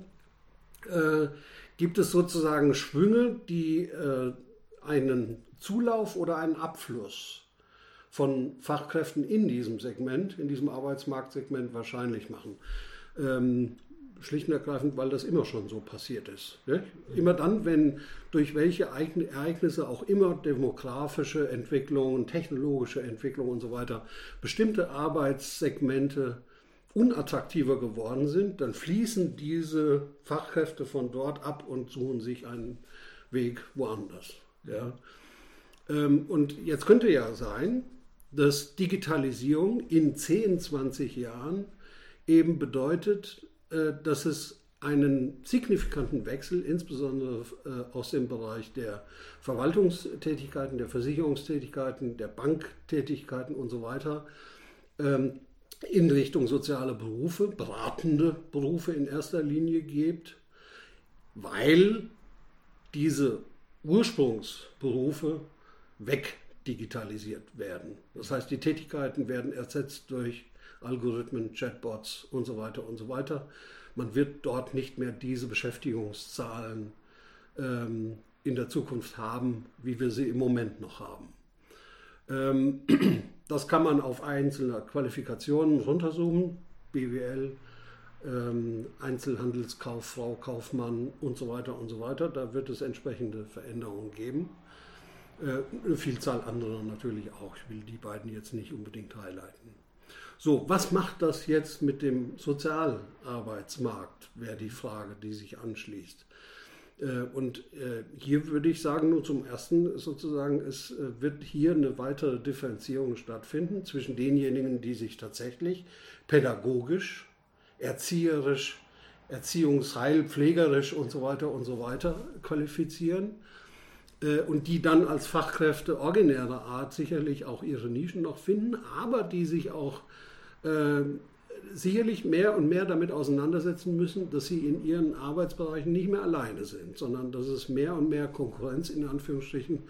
gibt es sozusagen Schwünge, die einen Zulauf oder einen Abfluss von Fachkräften in diesem Segment, in diesem Arbeitsmarktsegment wahrscheinlich machen. Schlicht und ergreifend, weil das immer schon so passiert ist. Ne? Immer dann, wenn durch welche Ereignisse auch immer, demografische Entwicklungen, technologische Entwicklungen und so weiter, bestimmte Arbeitssegmente unattraktiver geworden sind, dann fließen diese Fachkräfte von dort ab und suchen sich einen Weg woanders. Ja? Und jetzt könnte ja sein, dass Digitalisierung in 10, 20 Jahren eben bedeutet, dass es einen signifikanten Wechsel, insbesondere aus dem Bereich der Verwaltungstätigkeiten, der Versicherungstätigkeiten, der Banktätigkeiten und so weiter, in Richtung soziale Berufe, beratende Berufe in erster Linie gibt, weil diese Ursprungsberufe wegdigitalisiert werden. Das heißt, die Tätigkeiten werden ersetzt durch Algorithmen, Chatbots und so weiter und so weiter. Man wird dort nicht mehr diese Beschäftigungszahlen in der Zukunft haben, wie wir sie im Moment noch haben. Das kann man auf einzelne Qualifikationen runterzoomen, BWL, Einzelhandelskauffrau, Kaufmann und so weiter und so weiter. Da wird es entsprechende Veränderungen geben. Eine Vielzahl anderer natürlich auch. Ich will die beiden jetzt nicht unbedingt highlighten. So, was macht das jetzt mit dem Sozialarbeitsmarkt, wäre die Frage, die sich anschließt. Und hier würde ich sagen, nur zum Ersten sozusagen, es wird hier eine weitere Differenzierung stattfinden zwischen denjenigen, die sich tatsächlich pädagogisch, erzieherisch, erziehungsheilpflegerisch und so weiter qualifizieren und die dann als Fachkräfte originärer Art sicherlich auch ihre Nischen noch finden, aber die sich auch sicherlich mehr und mehr damit auseinandersetzen müssen, dass sie in ihren Arbeitsbereichen nicht mehr alleine sind, sondern dass es mehr und mehr Konkurrenz in Anführungsstrichen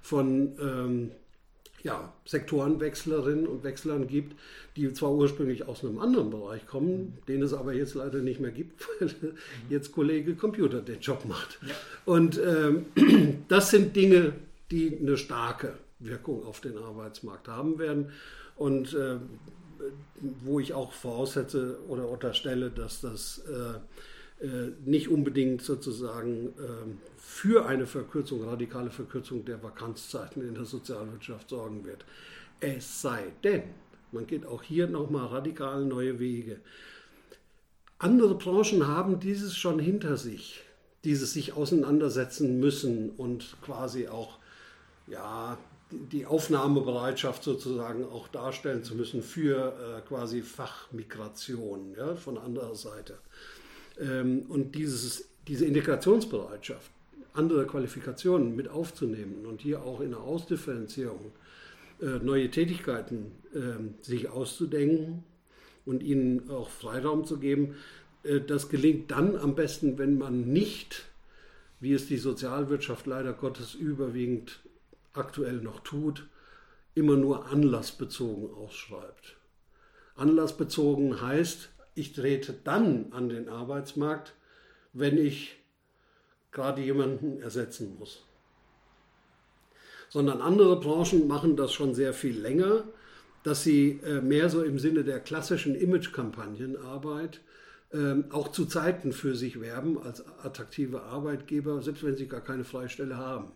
von Sektorenwechslerinnen und Wechslern gibt, die zwar ursprünglich aus einem anderen Bereich kommen, den es aber jetzt leider nicht mehr gibt, weil jetzt Kollege Computer den Job macht. Ja. Und das sind Dinge, die eine starke Wirkung auf den Arbeitsmarkt haben werden und wo ich auch voraussetze oder unterstelle, dass das nicht unbedingt sozusagen für eine Verkürzung, radikale Verkürzung der Vakanzzeiten in der Sozialwirtschaft sorgen wird. Es sei denn, man geht auch hier nochmal radikal neue Wege. Andere Branchen haben dieses schon hinter sich, dieses sich auseinandersetzen müssen und quasi auch die Aufnahmebereitschaft sozusagen auch darstellen zu müssen für quasi Fachmigration von anderer Seite. Und diese Integrationsbereitschaft, andere Qualifikationen mit aufzunehmen und hier auch in der Ausdifferenzierung neue Tätigkeiten sich auszudenken und ihnen auch Freiraum zu geben, das gelingt dann am besten, wenn man nicht, wie es die Sozialwirtschaft leider Gottes überwiegend aktuell noch tut, immer nur anlassbezogen ausschreibt. Anlassbezogen heißt, ich trete dann an den Arbeitsmarkt, wenn ich gerade jemanden ersetzen muss. Sondern andere Branchen machen das schon sehr viel länger, dass sie mehr so im Sinne der klassischen Image-Kampagnenarbeit auch zu Zeiten für sich werben als attraktive Arbeitgeber, selbst wenn sie gar keine Freistelle haben.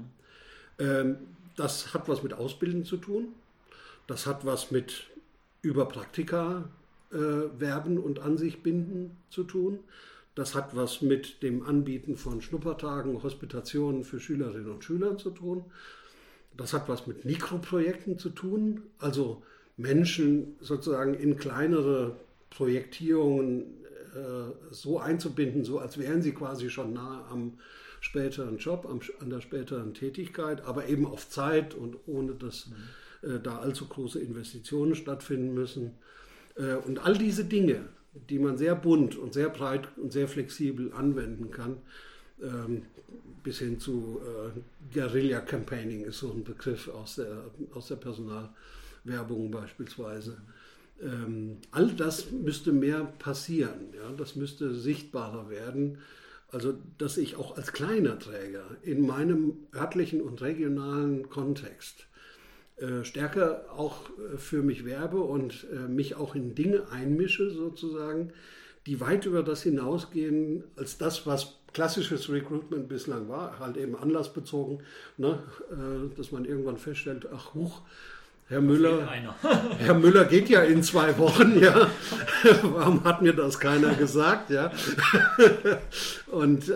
Das hat was mit Ausbilden zu tun, das hat was mit über Praktika werben und an sich binden zu tun, das hat was mit dem Anbieten von Schnuppertagen, Hospitationen für Schülerinnen und Schüler zu tun, das hat was mit Mikroprojekten zu tun, also Menschen sozusagen in kleinere Projektierungen so einzubinden, so als wären sie quasi schon nah am späteren Job, an der späteren Tätigkeit, aber eben auf Zeit und ohne dass da allzu große Investitionen stattfinden müssen. Und all diese Dinge, die man sehr bunt und sehr breit und sehr flexibel anwenden kann, bis hin zu Guerilla-Campaigning ist so ein Begriff aus der Personalwerbung beispielsweise. All das müsste mehr passieren, ja? Das müsste sichtbarer werden, also dass ich auch als kleiner Träger in meinem örtlichen und regionalen Kontext stärker auch für mich werbe und mich auch in Dinge einmische sozusagen, die weit über das hinausgehen als das, was klassisches Recruitment bislang war, halt eben anlassbezogen, ne? Dass man irgendwann feststellt, ach huch, Herr Müller geht ja in 2 Wochen, ja. Warum hat mir das keiner gesagt, ja? Und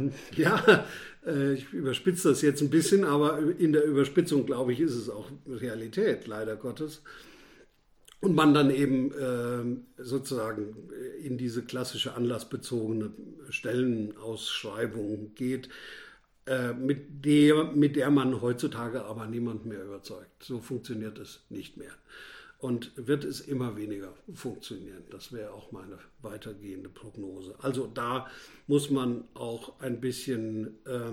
ich überspitze das jetzt ein bisschen, aber in der Überspitzung, glaube ich, ist es auch Realität, leider Gottes. Und man dann eben sozusagen in diese klassische anlassbezogene Stellenausschreibung geht, mit der man heutzutage aber niemand mehr überzeugt. So funktioniert es nicht mehr. Und wird es immer weniger funktionieren. Das wäre auch meine weitergehende Prognose. Also da muss man auch ein bisschen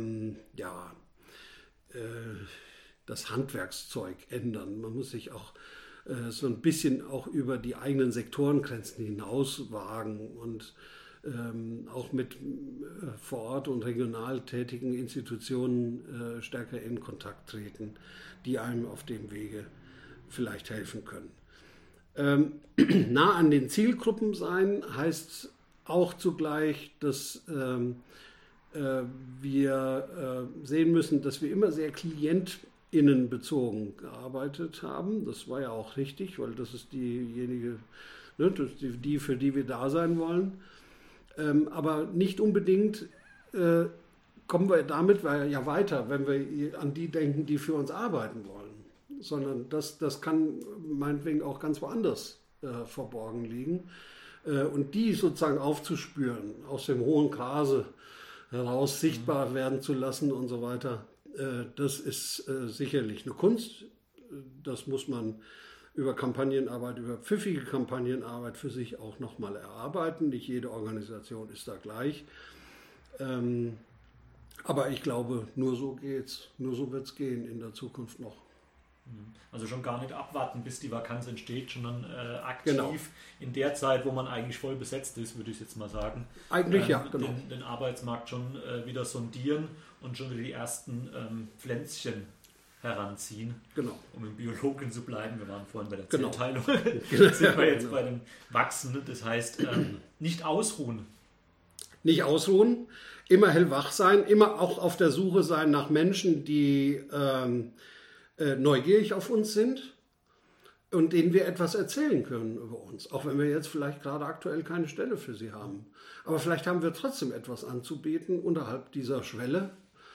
das Handwerkszeug ändern. Man muss sich auch so ein bisschen auch über die eigenen Sektorengrenzen hinaus wagen und auch mit vor Ort und regional tätigen Institutionen stärker in Kontakt treten, die einem auf dem Wege vielleicht helfen können. Nah an den Zielgruppen sein heißt auch zugleich, dass wir sehen müssen, dass wir immer sehr klientinnenbezogen gearbeitet haben. Das war ja auch richtig, weil das ist diejenige, ne, die für die wir da sein wollen. Aber nicht unbedingt kommen wir damit ja weiter, wenn wir an die denken, die für uns arbeiten wollen. Sondern das kann meinetwegen auch ganz woanders verborgen liegen. Und die sozusagen aufzuspüren, aus dem hohen Grase heraus sichtbar werden zu lassen und so weiter, das ist sicherlich eine Kunst. Das muss man über Kampagnenarbeit, über pfiffige Kampagnenarbeit für sich auch nochmal erarbeiten. Nicht jede Organisation ist da gleich. Aber ich glaube, nur so geht's, nur so wird es gehen in der Zukunft noch. Also schon gar nicht abwarten, bis die Vakanz entsteht, sondern aktiv in der Zeit, wo man eigentlich voll besetzt ist, würde ich jetzt mal sagen. Eigentlich ja, genau. Den Arbeitsmarkt schon wieder sondieren und schon wieder die ersten Pflänzchen heranziehen, genau. Um im Biologen zu bleiben. Wir waren vorhin bei der genau. Zellteilung, sind wir jetzt bei dem Wachsen. Das heißt, nicht ausruhen. Nicht ausruhen, immer hellwach sein, immer auch auf der Suche sein nach Menschen, die neugierig auf uns sind und denen wir etwas erzählen können über uns. Auch wenn wir jetzt vielleicht gerade aktuell keine Stelle für sie haben. Aber vielleicht haben wir trotzdem etwas anzubieten unterhalb dieser Schwelle,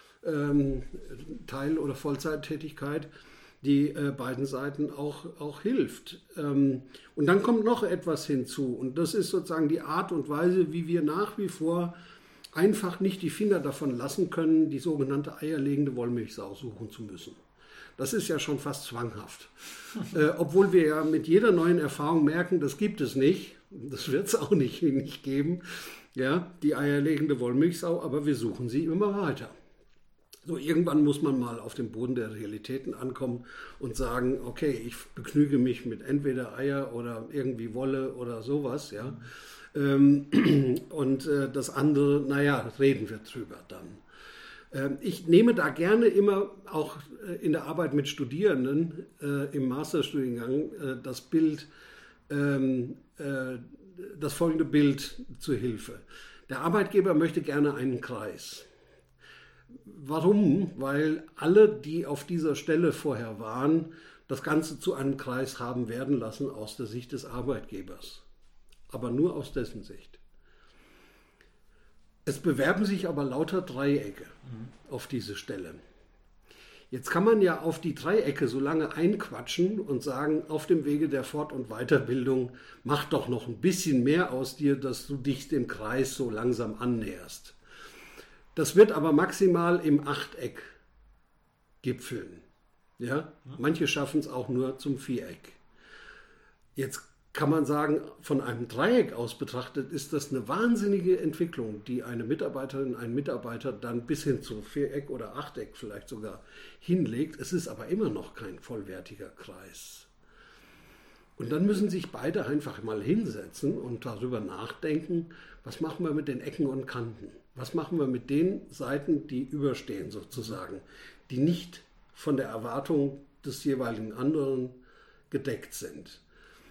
Teil- oder Vollzeittätigkeit, die beiden Seiten auch hilft. Und dann kommt noch etwas hinzu und das ist sozusagen die Art und Weise, wie wir nach wie vor einfach nicht die Finger davon lassen können, die sogenannte eierlegende Wollmilchsau suchen zu müssen. Das ist ja schon fast zwanghaft. Obwohl wir ja mit jeder neuen Erfahrung merken, das gibt es nicht, das wird es auch nicht geben, ja, die eierlegende Wollmilchsau, aber wir suchen sie immer weiter. So, irgendwann muss man mal auf den Boden der Realitäten ankommen und sagen, okay, ich begnüge mich mit entweder Eier oder irgendwie Wolle oder sowas, ja. Und das andere, naja, reden wir drüber dann. Ich nehme da gerne immer auch in der Arbeit mit Studierenden im Masterstudiengang das folgende Bild zu Hilfe. Der Arbeitgeber möchte gerne einen Kreis. Warum? Weil alle, die auf dieser Stelle vorher waren, das Ganze zu einem Kreis haben werden lassen aus der Sicht des Arbeitgebers. Aber nur aus dessen Sicht. Es bewerben sich aber lauter Dreiecke auf diese Stelle. Jetzt kann man ja auf die Dreiecke so lange einquatschen und sagen, auf dem Wege der Fort- und Weiterbildung, mach doch noch ein bisschen mehr aus dir, dass du dich dem Kreis so langsam annäherst. Das wird aber maximal im Achteck gipfeln. Ja? Manche schaffen es auch nur zum Viereck. Jetzt kann man sagen, von einem Dreieck aus betrachtet ist das eine wahnsinnige Entwicklung, die eine Mitarbeiterin, ein Mitarbeiter dann bis hin zu Viereck oder Achteck vielleicht sogar hinlegt. Es ist aber immer noch kein vollwertiger Kreis. Und dann müssen sich beide einfach mal hinsetzen und darüber nachdenken, was machen wir mit den Ecken und Kanten? Was machen wir mit den Seiten, die überstehen sozusagen, die nicht von der Erwartung des jeweiligen anderen gedeckt sind?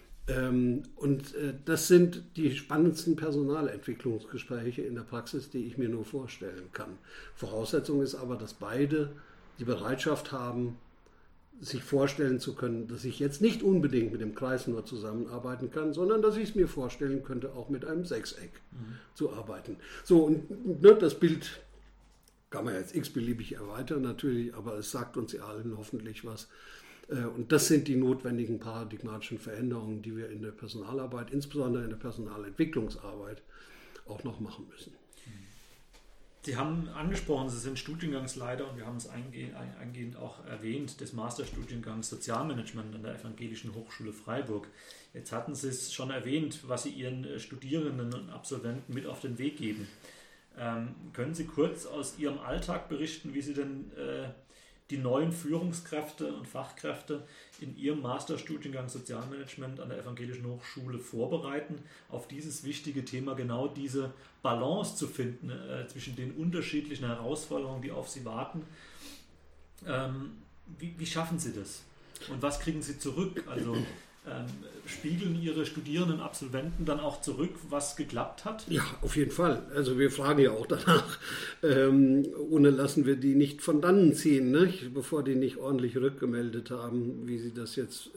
Das sind die spannendsten Personalentwicklungsgespräche in der Praxis, die ich mir nur vorstellen kann. Voraussetzung ist aber, dass beide die Bereitschaft haben, sich vorstellen zu können, dass ich jetzt nicht unbedingt mit dem Kreis nur zusammenarbeiten kann, sondern dass ich es mir vorstellen könnte, auch mit einem Sechseck zu arbeiten. So, und das Bild kann man jetzt x-beliebig erweitern natürlich, aber es sagt uns ja allen hoffentlich was. Und das sind die notwendigen paradigmatischen Veränderungen, die wir in der Personalarbeit, insbesondere in der Personalentwicklungsarbeit, auch noch machen müssen. Sie haben angesprochen, Sie sind Studiengangsleiter und wir haben es eingehend auch erwähnt, des Masterstudiengangs Sozialmanagement an der Evangelischen Hochschule Freiburg. Jetzt hatten Sie es schon erwähnt, was Sie Ihren Studierenden und Absolventen mit auf den Weg geben. Können Sie kurz aus Ihrem Alltag berichten, wie Sie denn die neuen Führungskräfte und Fachkräfte in ihrem Masterstudiengang Sozialmanagement an der Evangelischen Hochschule vorbereiten, auf dieses wichtige Thema, genau diese Balance zu finden zwischen den unterschiedlichen Herausforderungen, die auf sie warten. Wie schaffen Sie das? Und was kriegen Sie zurück? Also spiegeln Ihre Studierenden, Absolventen dann auch zurück, was geklappt hat? Ja, auf jeden Fall. Also wir fragen ja auch danach. Ohne lassen wir die nicht von dannen ziehen, ne? Bevor die nicht ordentlich rückgemeldet haben, wie sie das jetzt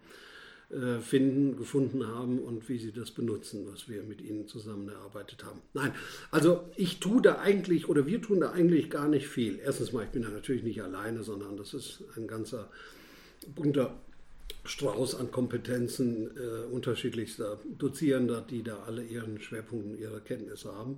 gefunden haben und wie sie das benutzen, was wir mit ihnen zusammen erarbeitet haben. Nein, also wir tun da eigentlich gar nicht viel. Erstens mal, ich bin da natürlich nicht alleine, sondern das ist ein ganzer bunter Strauß an Kompetenzen unterschiedlichster Dozierender, die da alle ihren Schwerpunkten, ihre Kenntnisse haben.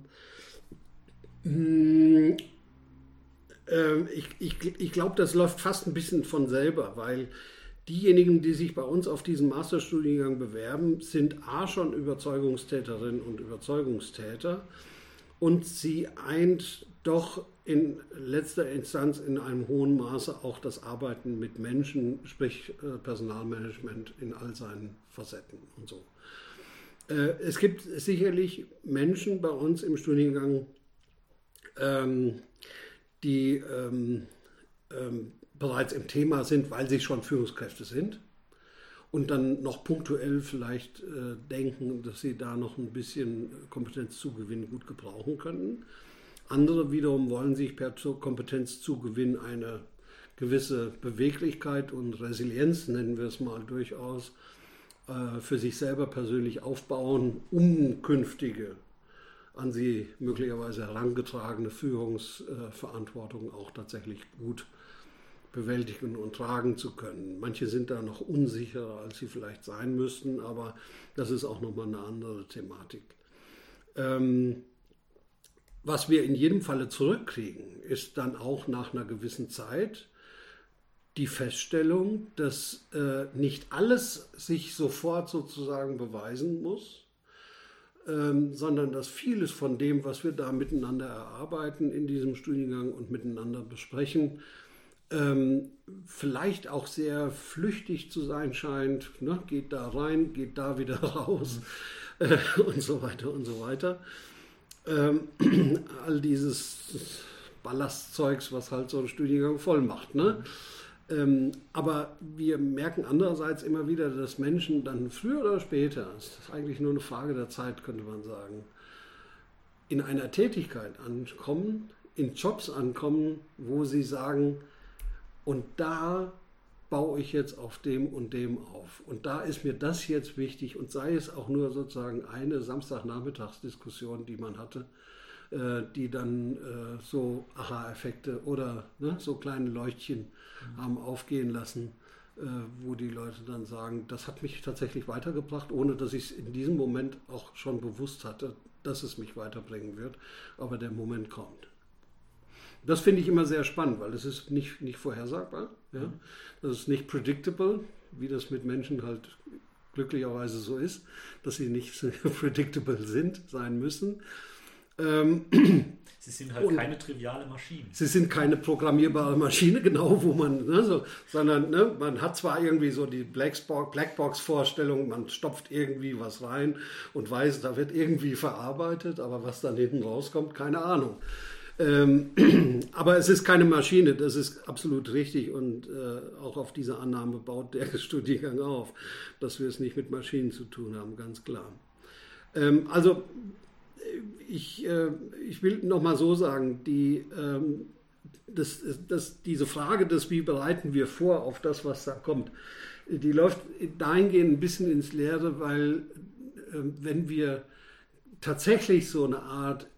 Ich glaube, das läuft fast ein bisschen von selber, weil diejenigen, die sich bei uns auf diesen Masterstudiengang bewerben, sind schon Überzeugungstäterinnen und Überzeugungstäter und sie eint doch in letzter Instanz in einem hohen Maße auch das Arbeiten mit Menschen, sprich Personalmanagement in all seinen Facetten und so. Es gibt sicherlich Menschen bei uns im Studiengang, die bereits im Thema sind, weil sie schon Führungskräfte sind und dann noch punktuell vielleicht denken, dass sie da noch ein bisschen Kompetenzzugewinn gut gebrauchen könnten. Andere wiederum wollen sich per Kompetenzzugewinn eine gewisse Beweglichkeit und Resilienz, nennen wir es mal durchaus, für sich selber persönlich aufbauen, um künftige an sie möglicherweise herangetragene Führungsverantwortung auch tatsächlich gut bewältigen und tragen zu können. Manche sind da noch unsicherer, als sie vielleicht sein müssten, aber das ist auch nochmal eine andere Thematik. Was wir in jedem Falle zurückkriegen, ist dann auch nach einer gewissen Zeit die Feststellung, dass nicht alles sich sofort sozusagen beweisen muss, sondern dass vieles von dem, was wir da miteinander erarbeiten in diesem Studiengang und miteinander besprechen, vielleicht auch sehr flüchtig zu sein scheint, ne? Geht da rein, geht da wieder raus und so weiter und so weiter. All dieses Ballastzeugs, was halt so ein Studiengang voll macht. Ne? Aber wir merken andererseits immer wieder, dass Menschen dann früher oder später, es ist eigentlich nur eine Frage der Zeit, könnte man sagen, in einer Tätigkeit ankommen, in Jobs ankommen, wo sie sagen, und da baue ich jetzt auf dem und dem auf. Und da ist mir das jetzt wichtig und sei es auch nur sozusagen eine Samstagnachmittagsdiskussion, die man hatte, die dann so Aha-Effekte oder so kleine Leuchtchen haben aufgehen lassen, wo die Leute dann sagen, das hat mich tatsächlich weitergebracht, ohne dass ich es in diesem Moment auch schon bewusst hatte, dass es mich weiterbringen wird, aber der Moment kommt. Das finde ich immer sehr spannend, weil das ist nicht vorhersagbar, ja? Das ist nicht predictable, wie das mit Menschen halt glücklicherweise so ist, dass sie nicht predictable sein müssen. Sie sind halt keine triviale Maschine. Sie sind keine programmierbare Maschine, genau, wo man, sondern man hat zwar irgendwie so die Blackbox-Vorstellung, man stopft irgendwie was rein und weiß, da wird irgendwie verarbeitet, aber was dann hinten rauskommt, keine Ahnung. Aber es ist keine Maschine, das ist absolut richtig und auch auf diese Annahme baut der Studiengang auf, dass wir es nicht mit Maschinen zu tun haben, ganz klar. Also ich will nochmal so sagen, diese Frage des, wie bereiten wir vor auf das, was da kommt, die läuft dahingehend ein bisschen ins Leere, weil wenn wir tatsächlich so eine Art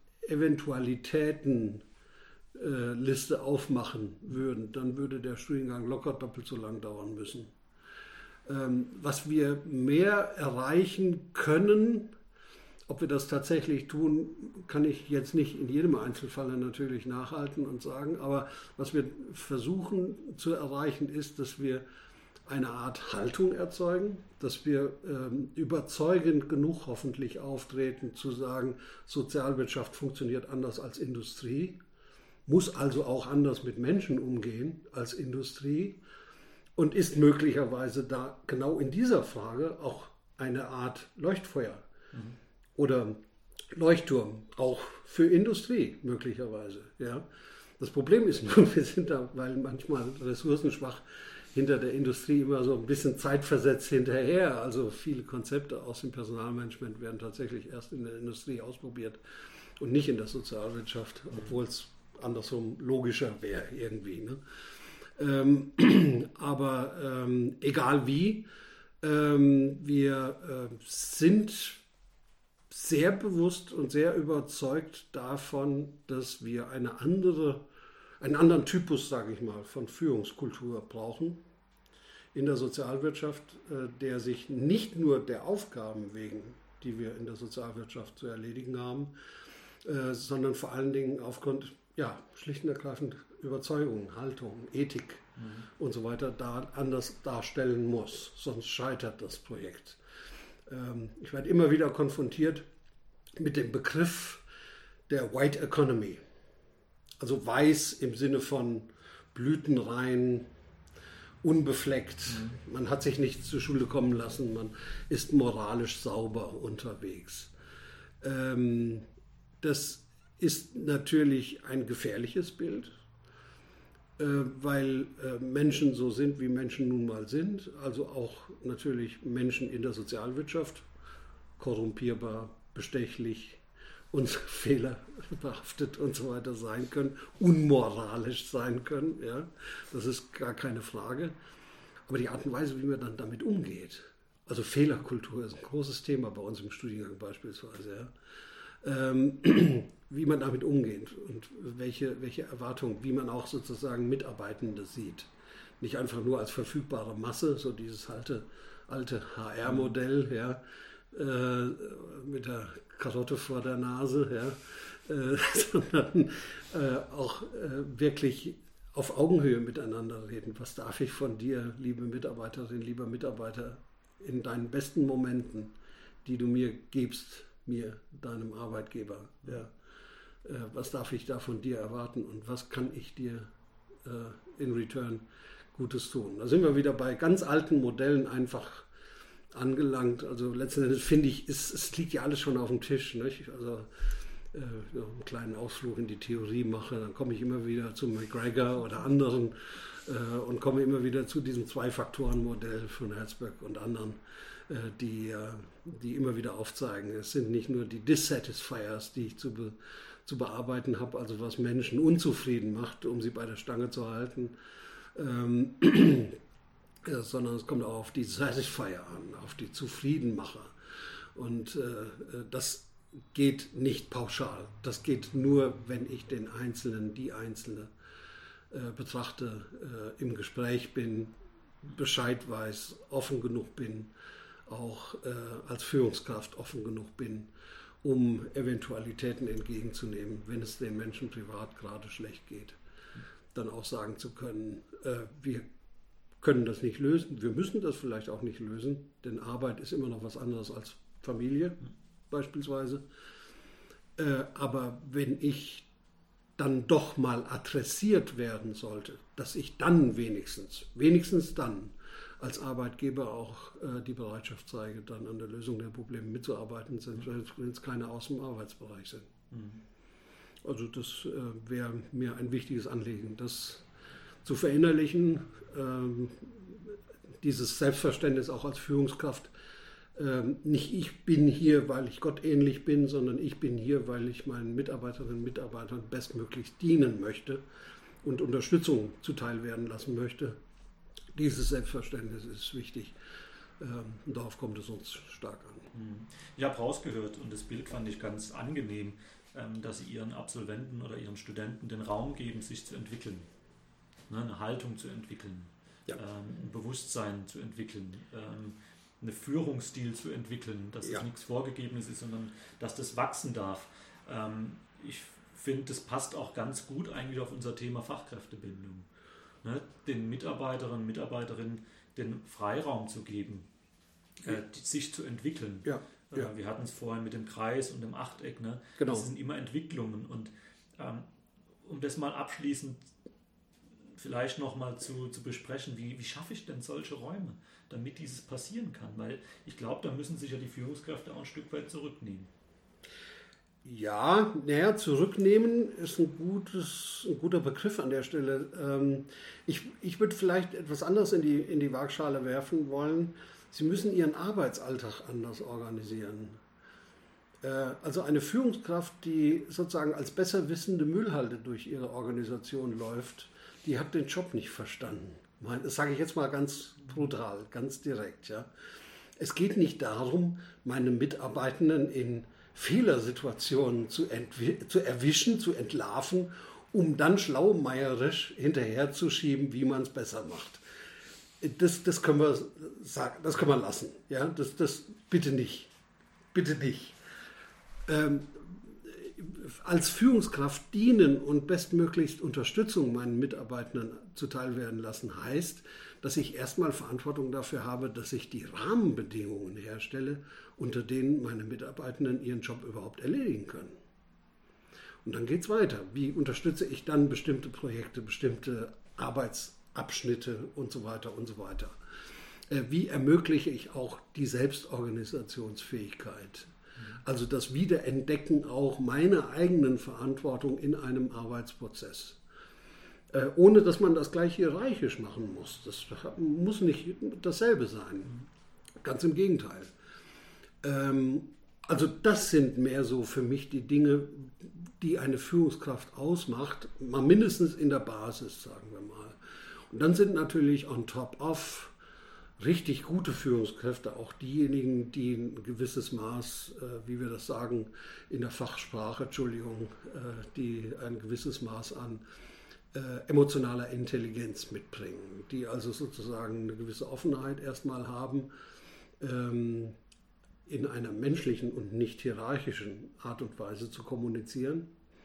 Eventualitätenliste aufmachen würden, dann würde der Studiengang locker doppelt so lang dauern müssen. Was wir mehr erreichen können, ob wir das tatsächlich tun, kann ich jetzt nicht in jedem Einzelfall natürlich nachhalten und sagen, aber was wir versuchen zu erreichen ist, dass wir eine Art Haltung erzeugen, dass wir überzeugend genug hoffentlich auftreten, zu sagen, Sozialwirtschaft funktioniert anders als Industrie, muss also auch anders mit Menschen umgehen als Industrie und ist möglicherweise da genau in dieser Frage auch eine Art Leuchtfeuer. Oder Leuchtturm, auch für Industrie möglicherweise. Ja. Das Problem ist nur, wir sind da, weil manchmal ressourcenschwach hinter der Industrie immer so ein bisschen zeitversetzt hinterher. Also viele Konzepte aus dem Personalmanagement werden tatsächlich erst in der Industrie ausprobiert und nicht in der Sozialwirtschaft, obwohl es andersrum logischer wäre irgendwie. Ne? Aber egal wie, wir sind sehr bewusst und sehr überzeugt davon, dass wir einen anderen Typus, sage ich mal, von Führungskultur brauchen in der Sozialwirtschaft, der sich nicht nur der Aufgaben wegen, die wir in der Sozialwirtschaft zu erledigen haben, sondern vor allen Dingen aufgrund, schlicht und ergreifend Überzeugung, Haltung, Ethik und so weiter anders darstellen muss. Sonst scheitert das Projekt. Ich werde immer wieder konfrontiert mit dem Begriff der White Economy. Also weiß im Sinne von blütenrein, unbefleckt. Man hat sich nicht zur Schule kommen lassen, man ist moralisch sauber unterwegs. Das ist natürlich ein gefährliches Bild, weil Menschen so sind, wie Menschen nun mal sind. Also auch natürlich Menschen in der Sozialwirtschaft, korrumpierbar, bestechlich und fehlerbehaftet und so weiter sein können, unmoralisch sein können. Ja? Das ist gar keine Frage. Aber die Art und Weise, wie man dann damit umgeht, also Fehlerkultur ist ein großes Thema bei uns im Studiengang beispielsweise, ja? Wie man damit umgeht und welche Erwartungen, wie man auch sozusagen Mitarbeitende sieht. Nicht einfach nur als verfügbare Masse, so dieses alte HR-Modell, ja, mit der Karotte vor der Nase, ja, sondern auch wirklich auf Augenhöhe miteinander reden. Was darf ich von dir, liebe Mitarbeiterin, lieber Mitarbeiter, in deinen besten Momenten, die du mir gibst, mir, deinem Arbeitgeber? Ja. Was darf ich da von dir erwarten und was kann ich dir in return Gutes tun? Da sind wir wieder bei ganz alten Modellen einfach angelangt. Also letzten Endes finde ich, es liegt ja alles schon auf dem Tisch. Nicht? Also einen kleinen Ausflug in die Theorie mache, dann komme ich immer wieder zu McGregor oder anderen und komme immer wieder zu diesem Zwei-Faktoren-Modell von Herzberg und anderen, die immer wieder aufzeigen. Es sind nicht nur die Dissatisfiers, die ich zu bearbeiten habe, also was Menschen unzufrieden macht, um sie bei der Stange zu halten, sondern es kommt auch auf die Satisfier an, auf die Zufriedenmacher. Und das geht nicht pauschal. Das geht nur, wenn ich den Einzelnen, die Einzelne betrachte, im Gespräch bin, Bescheid weiß, offen genug bin, auch als Führungskraft offen genug bin, um Eventualitäten entgegenzunehmen, wenn es den Menschen privat gerade schlecht geht. Dann auch sagen zu können, wir können das nicht lösen, wir müssen das vielleicht auch nicht lösen, denn Arbeit ist immer noch was anderes als Familie beispielsweise. Aber wenn ich dann doch mal adressiert werden sollte, dass ich dann wenigstens dann als Arbeitgeber auch die Bereitschaft zeige, dann an der Lösung der Probleme mitzuarbeiten, wenn es keine aus dem Arbeitsbereich sind. Also das wäre mir ein wichtiges Anliegen, das zu verinnerlichen, dieses Selbstverständnis auch als Führungskraft. Nicht ich bin hier, weil ich Gott ähnlich bin, sondern ich bin hier, weil ich meinen Mitarbeiterinnen und Mitarbeitern bestmöglichst dienen möchte und Unterstützung zuteil werden lassen möchte. Dieses Selbstverständnis ist wichtig und darauf kommt es uns stark an. Ich habe rausgehört und das Bild fand ich ganz angenehm, dass Sie Ihren Absolventen oder Ihren Studenten den Raum geben, sich zu entwickeln, eine Haltung zu entwickeln, ein Bewusstsein zu entwickeln, einen Führungsstil zu entwickeln, dass es nichts Vorgegebenes ist, sondern dass das wachsen darf. Ich finde, das passt auch ganz gut eigentlich auf unser Thema Fachkräftebindung. Ne? Den Mitarbeiterinnen und Mitarbeiterinnen den Freiraum zu geben, sich zu entwickeln. Ja. Wir hatten es vorhin mit dem Kreis und dem Achteck. Ne? Genau. Das sind immer Entwicklungen. Und um das mal abschließend vielleicht nochmal zu besprechen, wie schaffe ich denn solche Räume, damit dieses passieren kann? Weil ich glaube, da müssen sich ja die Führungskräfte auch ein Stück weit zurücknehmen. Ja, zurücknehmen ist ein guter Begriff an der Stelle. Ich würde vielleicht etwas anderes in die Waagschale werfen wollen. Sie müssen Ihren Arbeitsalltag anders organisieren. Also eine Führungskraft, die sozusagen als besserwissende Müllhalde durch ihre Organisation läuft, die hat den Job nicht verstanden. Das sage ich jetzt mal ganz brutal, ganz direkt. Ja. Es geht nicht darum, meine Mitarbeitenden in Fehlersituationen zu erwischen, zu entlarven, um dann schlaumeierisch hinterherzuschieben, wie man es besser macht. Das können wir sagen, das können wir lassen. Ja? Das bitte nicht. Bitte nicht. Als Führungskraft dienen und bestmöglichst Unterstützung meinen Mitarbeitenden zuteil werden lassen, heißt, dass ich erstmal Verantwortung dafür habe, dass ich die Rahmenbedingungen herstelle, unter denen meine Mitarbeitenden ihren Job überhaupt erledigen können. Und dann geht es weiter. Wie unterstütze ich dann bestimmte Projekte, bestimmte Arbeitsabschnitte und so weiter und so weiter? Wie ermögliche ich auch die Selbstorganisationsfähigkeit? Also das Wiederentdecken auch meiner eigenen Verantwortung in einem Arbeitsprozess. Ohne dass man das gleich hierarchisch machen muss. Das muss nicht dasselbe sein. Ganz im Gegenteil. Also das sind mehr so für mich die Dinge, die eine Führungskraft ausmacht, mal mindestens in der Basis, sagen wir mal. Und dann sind natürlich on top of richtig gute Führungskräfte auch diejenigen, die ein gewisses Maß, wie wir das sagen in der Fachsprache, die ein gewisses Maß an emotionaler Intelligenz mitbringen, die also sozusagen eine gewisse Offenheit erstmal haben, in einer menschlichen und nicht hierarchischen Art und Weise zu kommunizieren,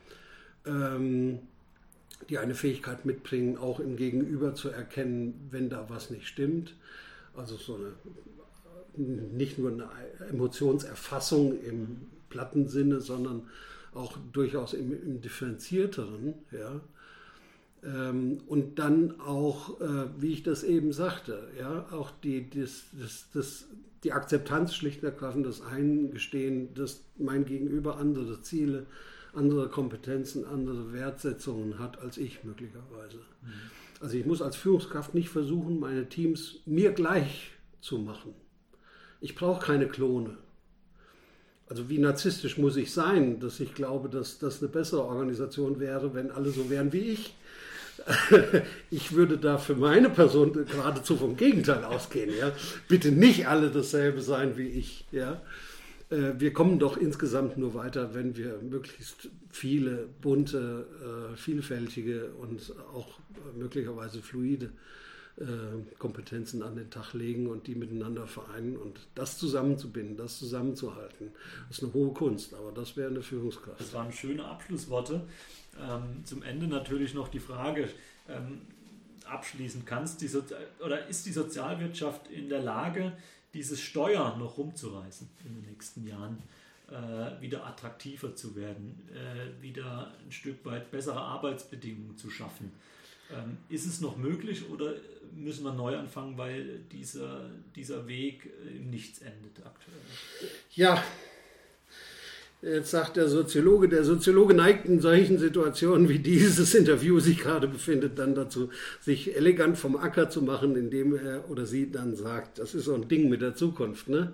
die eine Fähigkeit mitbringen, auch im Gegenüber zu erkennen, wenn da was nicht stimmt. Also nicht nur eine Emotionserfassung im platten Sinne, sondern auch durchaus im differenzierteren. Ja. Und dann auch, wie ich das eben sagte, ja, auch die Akzeptanz schlicht und ergreifend, das Eingestehen, dass mein Gegenüber andere Ziele, andere Kompetenzen, andere Wertsetzungen hat als ich möglicherweise. Also ich muss als Führungskraft nicht versuchen, meine Teams mir gleich zu machen. Ich brauche keine Klone. Also wie narzisstisch muss ich sein, dass ich glaube, dass das eine bessere Organisation wäre, wenn alle so wären wie ich. Ich würde da für meine Person geradezu vom Gegenteil ausgehen. Ja? Bitte nicht alle dasselbe sein wie ich. Ja? Wir kommen doch insgesamt nur weiter, wenn wir möglichst viele bunte, vielfältige und auch möglicherweise fluide Kompetenzen an den Tag legen und die miteinander vereinen und das zusammenzubinden, das zusammenzuhalten. Das ist eine hohe Kunst, aber das wäre eine Führungskraft. Das waren schöne Abschlussworte. Zum Ende natürlich noch die Frage, abschließend ist die Sozialwirtschaft in der Lage, dieses Steuer noch rumzureißen in den nächsten Jahren, wieder attraktiver zu werden, wieder ein Stück weit bessere Arbeitsbedingungen zu schaffen? Ist es noch möglich oder müssen wir neu anfangen, weil dieser Weg im Nichts endet aktuell? Ja, jetzt sagt der Soziologe neigt in solchen Situationen, wie dieses Interview sich gerade befindet, dann dazu, sich elegant vom Acker zu machen, indem er oder sie dann sagt, das ist so ein Ding mit der Zukunft. Ne?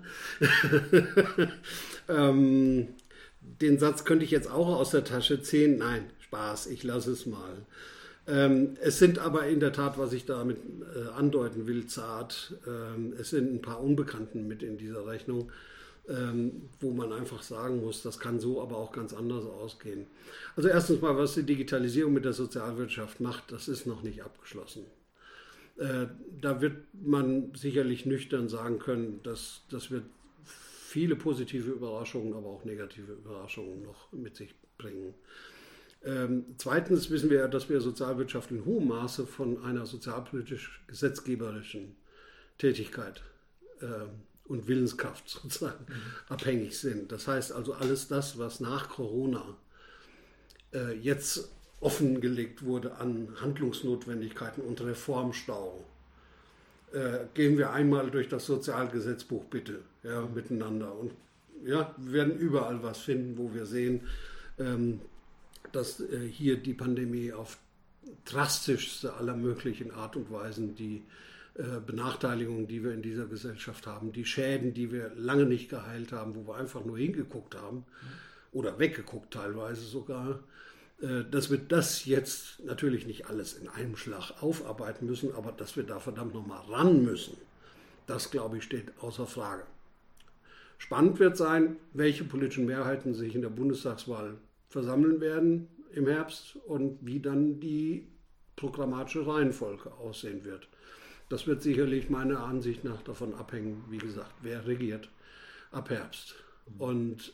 Den Satz könnte ich jetzt auch aus der Tasche ziehen. Nein, Spaß, ich lasse es mal. Es sind aber in der Tat, was ich damit andeuten will, zart. Es sind ein paar Unbekannten mit in dieser Rechnung, wo man einfach sagen muss, das kann so aber auch ganz anders ausgehen. Also erstens mal, was die Digitalisierung mit der Sozialwirtschaft macht, das ist noch nicht abgeschlossen. Da wird man sicherlich nüchtern sagen können, dass das wird viele positive Überraschungen, aber auch negative Überraschungen noch mit sich bringen. Zweitens wissen wir ja, dass wir Sozialwirtschaft in hohem Maße von einer sozialpolitisch-gesetzgeberischen Tätigkeit und Willenskraft sozusagen abhängig sind. Das heißt also, alles das, was nach Corona jetzt offengelegt wurde an Handlungsnotwendigkeiten und Reformstau, gehen wir einmal durch das Sozialgesetzbuch bitte, ja, miteinander. Und ja, wir werden überall was finden, wo wir sehen, dass hier die Pandemie auf drastischste aller möglichen Art und Weisen die Benachteiligungen, die wir in dieser Gesellschaft haben, die Schäden, die wir lange nicht geheilt haben, wo wir einfach nur hingeguckt haben oder weggeguckt teilweise sogar, dass wir das jetzt natürlich nicht alles in einem Schlag aufarbeiten müssen, aber dass wir da verdammt nochmal ran müssen, das, glaube ich, steht außer Frage. Spannend wird sein, welche politischen Mehrheiten sich in der Bundestagswahl versammeln werden im Herbst und wie dann die programmatische Reihenfolge aussehen wird. Das wird sicherlich meiner Ansicht nach davon abhängen, wie gesagt, wer regiert ab Herbst. Und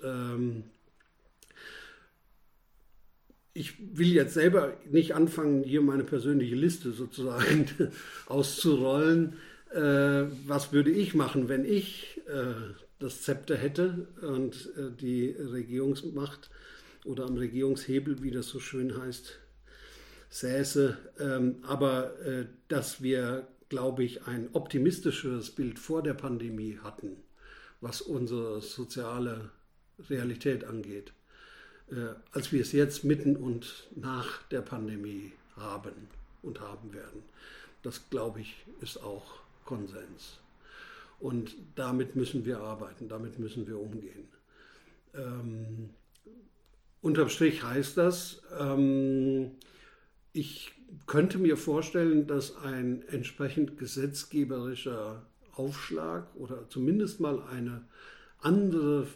ich will jetzt selber nicht anfangen, hier meine persönliche Liste sozusagen auszurollen. Was würde ich machen, wenn ich das Zepter hätte und die Regierungsmacht oder am Regierungshebel, wie das so schön heißt, säße. Aber dass wir, glaube ich, ein optimistischeres Bild vor der Pandemie hatten, was unsere soziale Realität angeht, als wir es jetzt mitten und nach der Pandemie haben und haben werden. Das, glaube ich, ist auch Konsens. Und damit müssen wir arbeiten, damit müssen wir umgehen. Unterm Strich heißt das, ich könnte mir vorstellen, dass ein entsprechend gesetzgeberischer Aufschlag oder zumindest mal ein anderes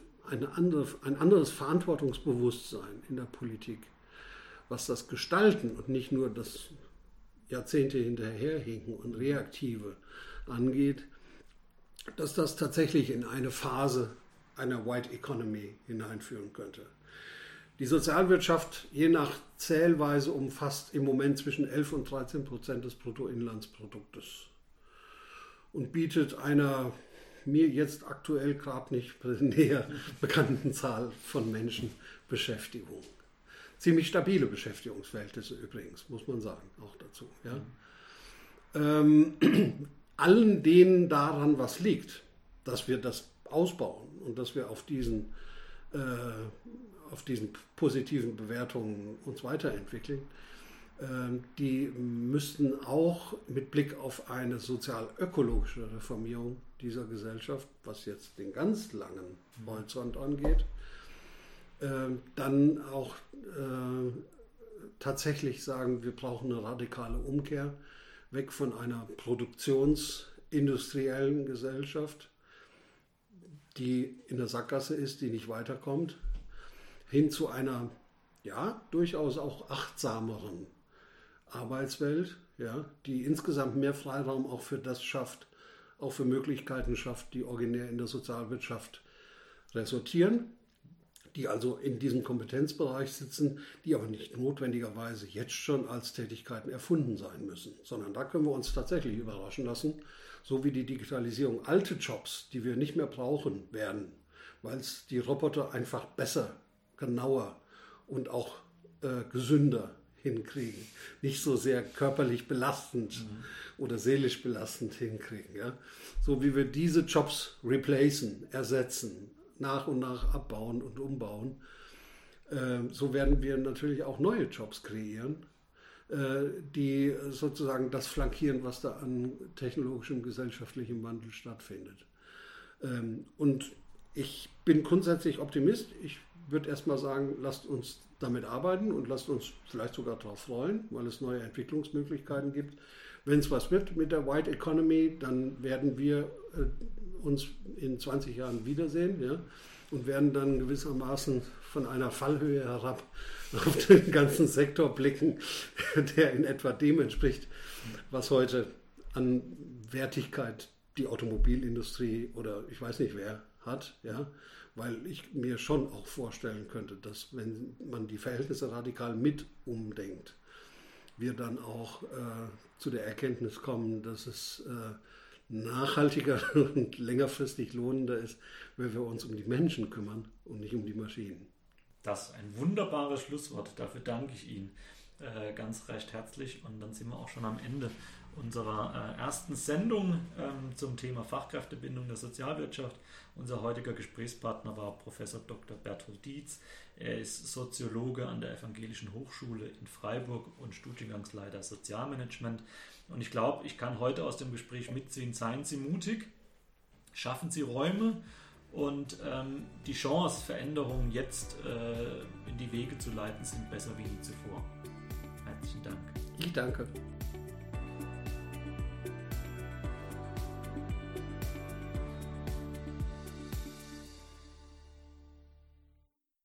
Verantwortungsbewusstsein in der Politik, was das Gestalten und nicht nur das Jahrzehnte hinterherhinken und Reaktive angeht, dass das tatsächlich in eine Phase einer White Economy hineinführen könnte. Die Sozialwirtschaft je nach Zählweise umfasst im Moment zwischen 11 und 13% des Bruttoinlandsproduktes und bietet einer mir jetzt aktuell gerade nicht näher bekannten Zahl von Menschen Beschäftigung. Ziemlich stabile Beschäftigungsverhältnisse übrigens, muss man sagen, auch dazu. Ja. Allen denen daran was liegt, dass wir das ausbauen und dass wir auf diesen positiven Bewertungen uns weiterentwickeln, die müssten auch mit Blick auf eine sozial-ökologische Reformierung dieser Gesellschaft, was jetzt den ganz langen Horizont angeht, dann auch tatsächlich sagen, wir brauchen eine radikale Umkehr, weg von einer produktionsindustriellen Gesellschaft, die in der Sackgasse ist, die nicht weiterkommt, hin zu einer, ja, durchaus auch achtsameren Arbeitswelt, ja, die insgesamt mehr Freiraum auch für das schafft, auch für Möglichkeiten schafft, die originär in der Sozialwirtschaft resultieren, die also in diesem Kompetenzbereich sitzen, die aber nicht notwendigerweise jetzt schon als Tätigkeiten erfunden sein müssen, sondern da können wir uns tatsächlich überraschen lassen, so wie die Digitalisierung alte Jobs, die wir nicht mehr brauchen werden, weil es die Roboter einfach besser, genauer und auch gesünder hinkriegen, nicht so sehr körperlich belastend oder seelisch belastend hinkriegen. Ja? So wie wir diese Jobs ersetzen, nach und nach abbauen und umbauen, so werden wir natürlich auch neue Jobs kreieren, die sozusagen das flankieren, was da an technologischem, gesellschaftlichem Wandel stattfindet. Und ich bin grundsätzlich Optimist. Ich würde erstmal sagen, lasst uns damit arbeiten und lasst uns vielleicht sogar darauf freuen, weil es neue Entwicklungsmöglichkeiten gibt. Wenn es was wird mit der White Economy, dann werden wir uns in 20 Jahren wiedersehen, ja, und werden dann gewissermaßen von einer Fallhöhe herab auf den ganzen Sektor blicken, der in etwa dem entspricht, was heute an Wertigkeit die Automobilindustrie oder ich weiß nicht wer hat, ja, weil ich mir schon auch vorstellen könnte, dass wenn man die Verhältnisse radikal mit umdenkt, wir dann auch zu der Erkenntnis kommen, dass es nachhaltiger und längerfristig lohnender ist, wenn wir uns um die Menschen kümmern und nicht um die Maschinen. Das ist ein wunderbares Schlusswort. Dafür danke ich Ihnen ganz recht herzlich. Und dann sind wir auch schon am Ende unserer ersten Sendung zum Thema Fachkräftebindung der Sozialwirtschaft. Unser heutiger Gesprächspartner war Professor Dr. Berthold Dietz. Er ist Soziologe an der Evangelischen Hochschule in Freiburg und Studiengangsleiter Sozialmanagement. Und ich glaube, ich kann heute aus dem Gespräch mitziehen, seien Sie mutig, schaffen Sie Räume und die Chance, Veränderungen jetzt in die Wege zu leiten, sind besser wie nie zuvor. Herzlichen Dank. Ich danke.